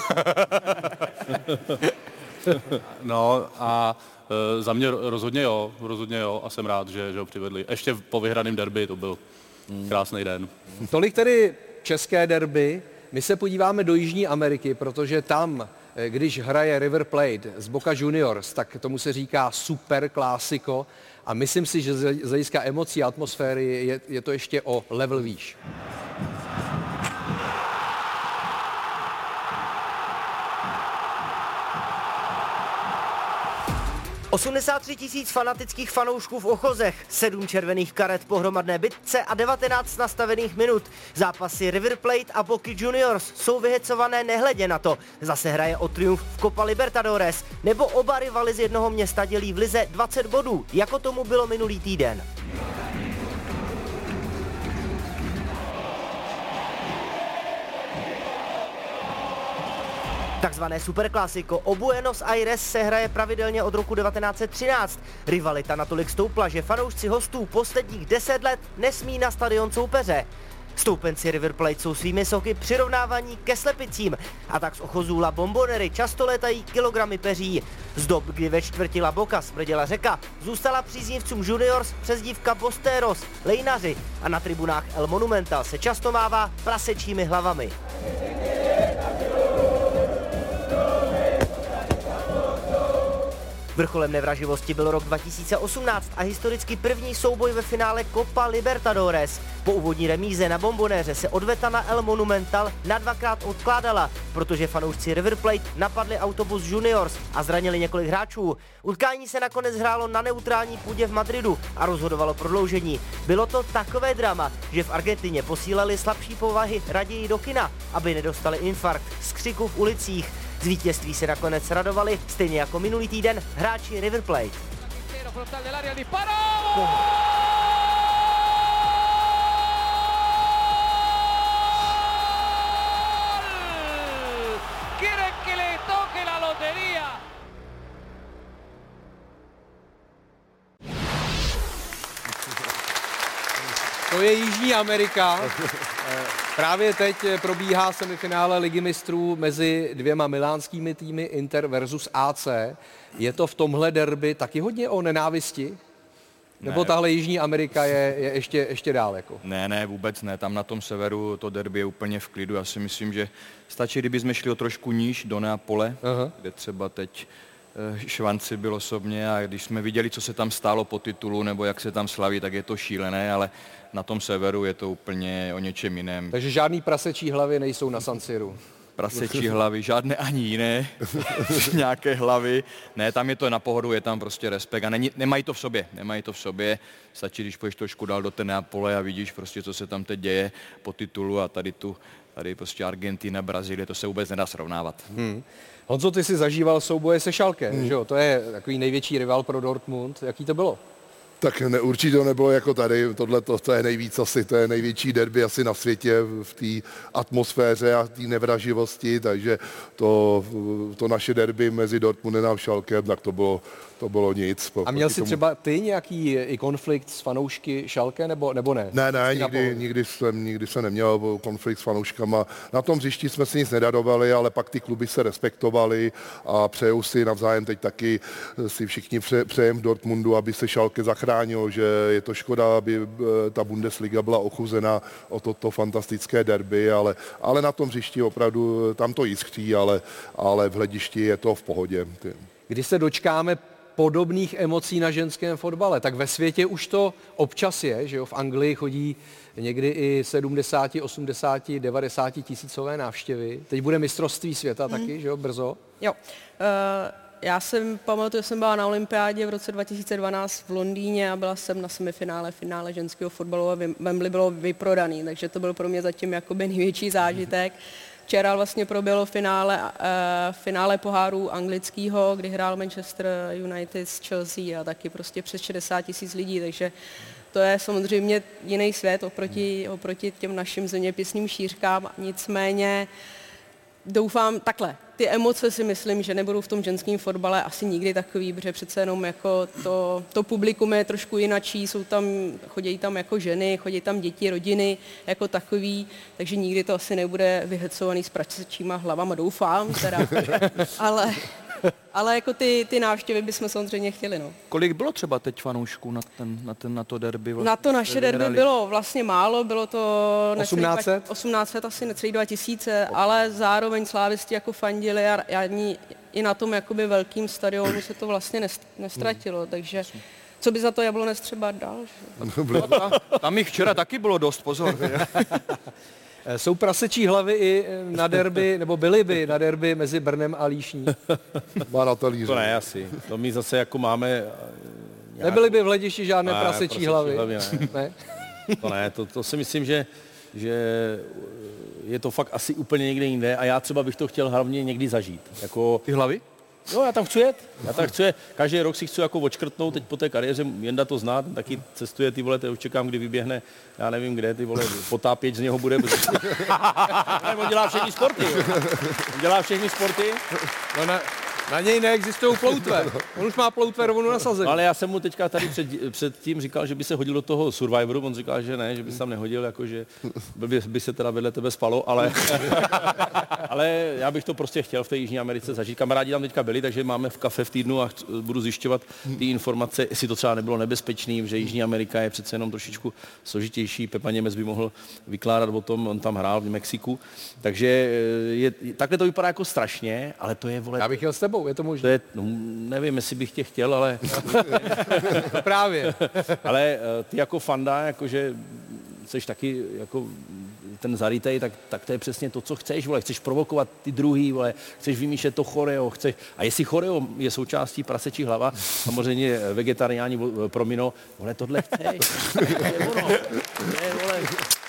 No a e, za mě rozhodně jo, rozhodně jo a jsem rád, že, že ho přivedli. Ještě po vyhraném derby to byl hmm. krásný den. Tolik tedy české derby. My se podíváme do Jižní Ameriky, protože tam, když hraje River Plate z Boca Juniors, tak tomu se říká super klasiko. A myslím si, že z hlediska emocí a atmosféry je, je to ještě o level výš. osmdesát tři tisíc fanatických fanoušků v ochozech, sedm červených karet po hromadné bitce a devatenáct nastavených minut. Zápasy River Plate a Boca Juniors jsou vyhecované nehledě na to. Zase hraje o triumf v Copa Libertadores, nebo oba rivaly z jednoho města dělí v lize dvacet bodů, jako tomu bylo minulý týden. Takzvané superklasiko o Buenos Aires se hraje pravidelně od roku devatenáct set třináct. Rivalita natolik stoupla, že fanoušci hostů posledních deset let nesmí na stadion soupeře. Stoupenci River Plate jsou svými soky přirovnávaní ke slepicím a tak z ochozů La Bombonera často létají kilogramy peří. Z dob, kdy ve čtvrti La Boca smrděla řeka, zůstala příznivcům Juniors přezdívka Bosteros, lejnaři a na tribunách El Monumental se často mává prasečími hlavami. Vrcholem nevraživosti byl rok dva tisíce osmnáct a historicky první souboj ve finále Copa Libertadores. Po úvodní remíze na Bombonéře se odveta na El Monumental na dvakrát odkládala, protože fanoušci River Plate napadli autobus Juniors a zranili několik hráčů. Utkání se nakonec hrálo na neutrální půdě v Madridu a rozhodovalo prodloužení. Bylo to takové drama, že v Argentině posílali slabší povahy raději do kina, aby nedostali infarkt z křiku v ulicích. Z vítězství se nakonec radovali, stejně jako minulý týden, hráči River Plate. To je Jižní Amerika. Právě teď probíhá semifinále Ligy mistrů mezi dvěma milánskými týmy Inter versus A C. Je to v tomhle derby taky hodně o nenávisti? Nebo tahle Jižní Amerika je, je ještě, ještě dál? Jako? Ne, ne, vůbec ne. Tam na tom severu to derby je úplně v klidu. Já si myslím, že stačí, kdyby jsme šli o trošku níž do Neapole, Aha. kde třeba teď Švanci byl osobně a když jsme viděli, co se tam stálo po titulu nebo jak se tam slaví, tak je to šílené, ale na tom severu je to úplně o něčem jiném. Takže žádný prasečí hlavy nejsou na San Siru? Prasečí hlavy, žádné ani jiné, nějaké hlavy. Ne, tam je to na pohodu, je tam prostě respekt a není, nemají to v sobě, nemají to v sobě. Stačí, když půjdeš trošku dál do té Neapole a vidíš prostě, co se tam teď děje po titulu a tady tu, tady prostě Argentina, Brazílie, to se vůbec nedá srovnávat. Hmm. Honzo, ty jsi zažíval souboje se Schalke, hmm. že jo? To je takový největší rival pro Dortmund. Jaký to bylo? Tak ne, určitě to nebylo jako tady, tohle to, to je nejvíc asi, to je největší derby asi na světě v té atmosféře a té nevraživosti, takže to, to naše derby mezi Dortmundem a Schalkem, tak to bylo, to bylo nic. A měl jsi tomu... třeba ty nějaký i konflikt s fanoušky Schalke, nebo, nebo ne? Ne, ne, nikdy, nikdy, jsem, nikdy jsem neměl konflikt s fanouškama. Na tom hřišti jsme si nic nedarovali, ale pak ty kluby se respektovali a přejou si navzájem teď taky si všichni pře, přejem v Dortmundu, aby se Schalke zachránilo, že je to škoda, aby ta Bundesliga byla ochuzena o toto fantastické derby, ale, ale na tom hřišti opravdu tam to jiskří, ale, ale v hledišti je to v pohodě. Kdy se dočkáme podobných emocí na ženském fotbale, tak ve světě už to občas je, že jo, v Anglii chodí někdy i sedmdesát, osmdesát, devadesát tisícové návštěvy. Teď bude mistrovství světa mm. taky, že jo, brzo? Jo. Uh, já jsem pamatuju, jsem byla na olympiádě v roce dva tisíce dvanáct v Londýně a byla jsem na semifinále, finále ženského fotbalu a Wembley bylo vyprodaný, takže to byl pro mě zatím jakoby největší zážitek. Včera vlastně proběhlo finále, uh, finále poháru anglického, kdy hrál Manchester United s Chelsea a taky prostě přes šedesát tisíc lidí, takže to je samozřejmě jiný svět oproti, oproti těm našim zeměpisným šířkám, nicméně doufám takhle. Ty emoce si myslím, že nebudou v tom ženském fotbale asi nikdy takový, protože přece jenom jako to, to publikum je trošku jinačí, jsou tam, chodí tam jako ženy, chodí tam děti, rodiny jako takový, takže nikdy to asi nebude vyhecovaný s prasečíma hlavama, doufám teda, ale, ale jako ty, ty návštěvy bychom samozřejmě chtěli, no. Kolik bylo třeba teď fanoušků na, ten, na, ten, na to derby? Vlastně, na to naše derby hrali? Bylo vlastně málo, bylo to osmnáct set? osmnáct set, asi necelý dva tisíce, ale zároveň slávisti jako fandili a, a ani, i na tom jakoby velkým stadionu se to vlastně nestratilo, takže co by za to Jablonec třeba dal? Tam, tam jich včera taky bylo dost, pozor. Jsou prasečí hlavy i na derby, nebo byly by na derby mezi Brnem a Líšní? Má na talíře. To ne asi. To my zase jako máme... Nějakou... Nebyly by v Hledišti žádné ne, prasečí, prasečí hlavy? hlavy ne. ne? To ne, to, to si myslím, že, že je to fakt asi úplně někde jinde a já třeba bych to chtěl hlavně někdy zažít. Jako... Ty hlavy? No, já tam chci jet. Já tam chci jet. Každý rok si chci jako odškrtnout, teď po té kariéře, Jenda to zná, ten taky cestuje, ty vole, to už čekám, kdy vyběhne, já nevím kde, ty vole, potápěč z něho bude. On dělá všechny sporty. On dělá všechny sporty. No na, na něj neexistují ploutve. On už má ploutve rovnou nasazení. No, ale já jsem mu teďka tady před, před tím říkal, že by se hodil do toho Survivoru, on říkal, že ne, že by se tam nehodil, jakože by, by se teda vedle tebe spalo, ale, ale já bych to prostě chtěl v té Jižní Americe zažít. Kamarádi tam teďka byli, takže máme v kafe v týdnu a budu zjišťovat ty informace, jestli to třeba nebylo nebezpečný, že Jižní Amerika je přece jenom trošičku složitější. Pepa Němec by mohl vykládat o tom, on tam hrál v Mexiku. Takže je, takhle to vypadá jako strašně, ale to je, vole... Já bych jel s tebou, je to možné? To je, no, nevím, jestli bych tě chtěl, ale... Právě. Ale ty jako fanda, jakože jsi taky jako ten zarytej, tak, tak to je přesně to, co chceš, vole. Chceš provokovat ty druhý, vole. Chceš vymýšlet to choreo, chceš... A jestli choreo je součástí prasečí hlava, samozřejmě vegetariáni promino, vole, tohle chceš. To je ono. To je, vole...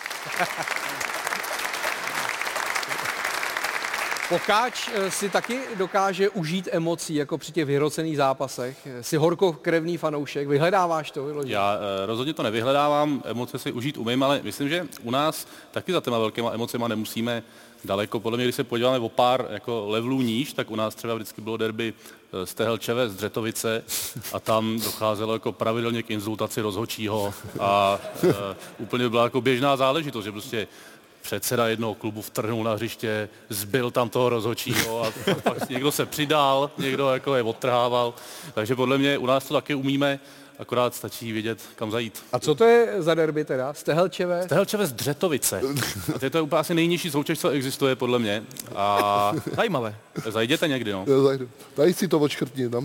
Pokáč si taky dokáže užít emocí, jako při těch vyhrocených zápasech. Jsi horkokrevný fanoušek, vyhledáváš to? Vyložit? Já e, rozhodně to nevyhledávám, emoce si užít umím, ale myslím, že u nás taky za těma velkýma emocema nemusíme daleko. Podle mě, když se podíváme o pár jako levelů níž, tak u nás třeba vždycky bylo derby z Tehelčeve, z Dřetovice a tam docházelo jako pravidelně k inzultaci rozhodčího a e, úplně byla jako běžná záležitost, že prostě předseda jednoho klubu vtrhnul na hřiště, zbil tam toho rozhodčího a pak někdo se přidal, někdo jako je odtrhával. Takže podle mě u nás to taky umíme. akorát stačí vědět, kam zajít. A co to je za derby teda? Stehelčeve? Stehelčeve z Dřetovice. A to je to úplně asi nejnižší soutěž, co existuje podle mě. A zajímavé. Zajděte někdy, no. Já zajdu. Tady si to odškrtni. Tam.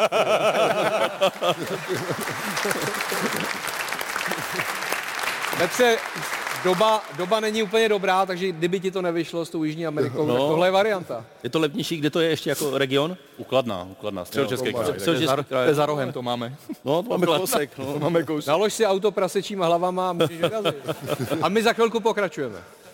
Petře, doba, doba není úplně dobrá, takže kdyby ti to nevyšlo s tou Jižní Amerikou, no, tak tohle je varianta. Je to levnější, kde to je ještě jako region? Ukladná, ukladná, středočeský kraj. Středočeský kraj. Za rohem to máme. No, to máme kousek. No. Máme kousek. Nalož si auto prasečíma hlavama a můžeš vyrazit. A my za chvilku pokračujeme.